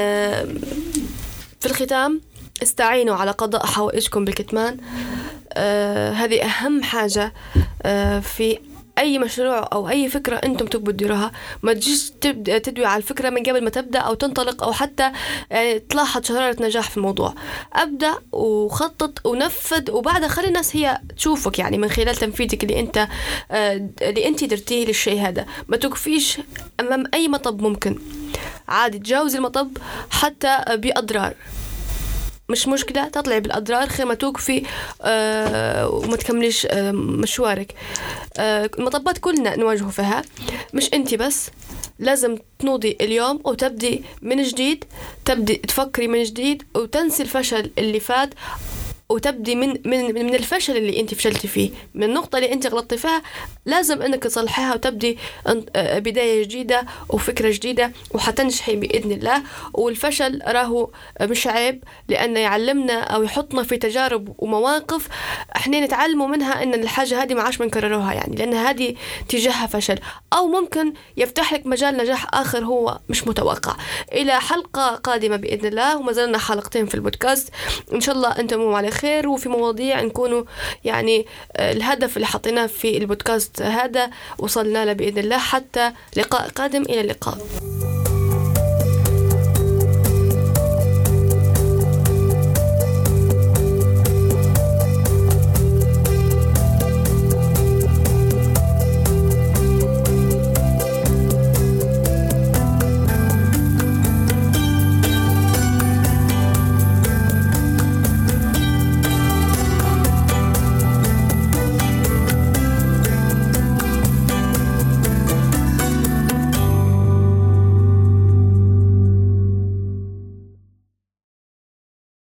في الختام استعينوا على قضاء حوائجكم بالكتمان. هذه أهم حاجة في أي مشروع أو أي فكرة أنتم تبوا تديروها. ما تجيش تبدأ تدوي على الفكرة من قبل ما تبدأ أو تنطلق أو حتى يعني تلاحظ شرارة نجاح في الموضوع. أبدأ وخطط ونفذ وبعدها خلي الناس هي تشوفك يعني من خلال تنفيذك اللي أنت اللي أنت درتيه للشيء هذا. ما توقفيش أمام أي مطب، ممكن عادي تجاوز المطب حتى بأضرار، مش مشكلة تطلعي بالأضرار خير ما توقفي آه وما تكمليش آه مشوارك. آه المطبات كلنا نواجهه فيها، مش انتي بس. لازم تنوضي اليوم وتبدي من جديد، تبدي تفكري من جديد وتنسي الفشل اللي فات، وتبدي من من من الفشل اللي انت فشلتي فيه، من النقطة اللي انت غلطتي فيها لازم انك تصلحيها وتبدي بداية جديدة وفكرة جديدة وحتنجحي بإذن الله. والفشل راهو مش عيب، لأنه يعلمنا أو يحطنا في تجارب ومواقف احنا نتعلموا منها ان الحاجة هذه ما عاش بنكرروها، يعني لأن هذه تجاهها فشل، أو ممكن يفتح لك مجال نجاح آخر هو مش متوقع. إلى حلقة قادمة بإذن الله، وما زلنا حلقتين في البودكاست إن شاء الله أنتم على خير وفي مواضيع نكونوا يعني الهدف اللي حطيناه في البودكاست هذا وصلنا له بإذن الله. حتى لقاء قادم، إلى اللقاء.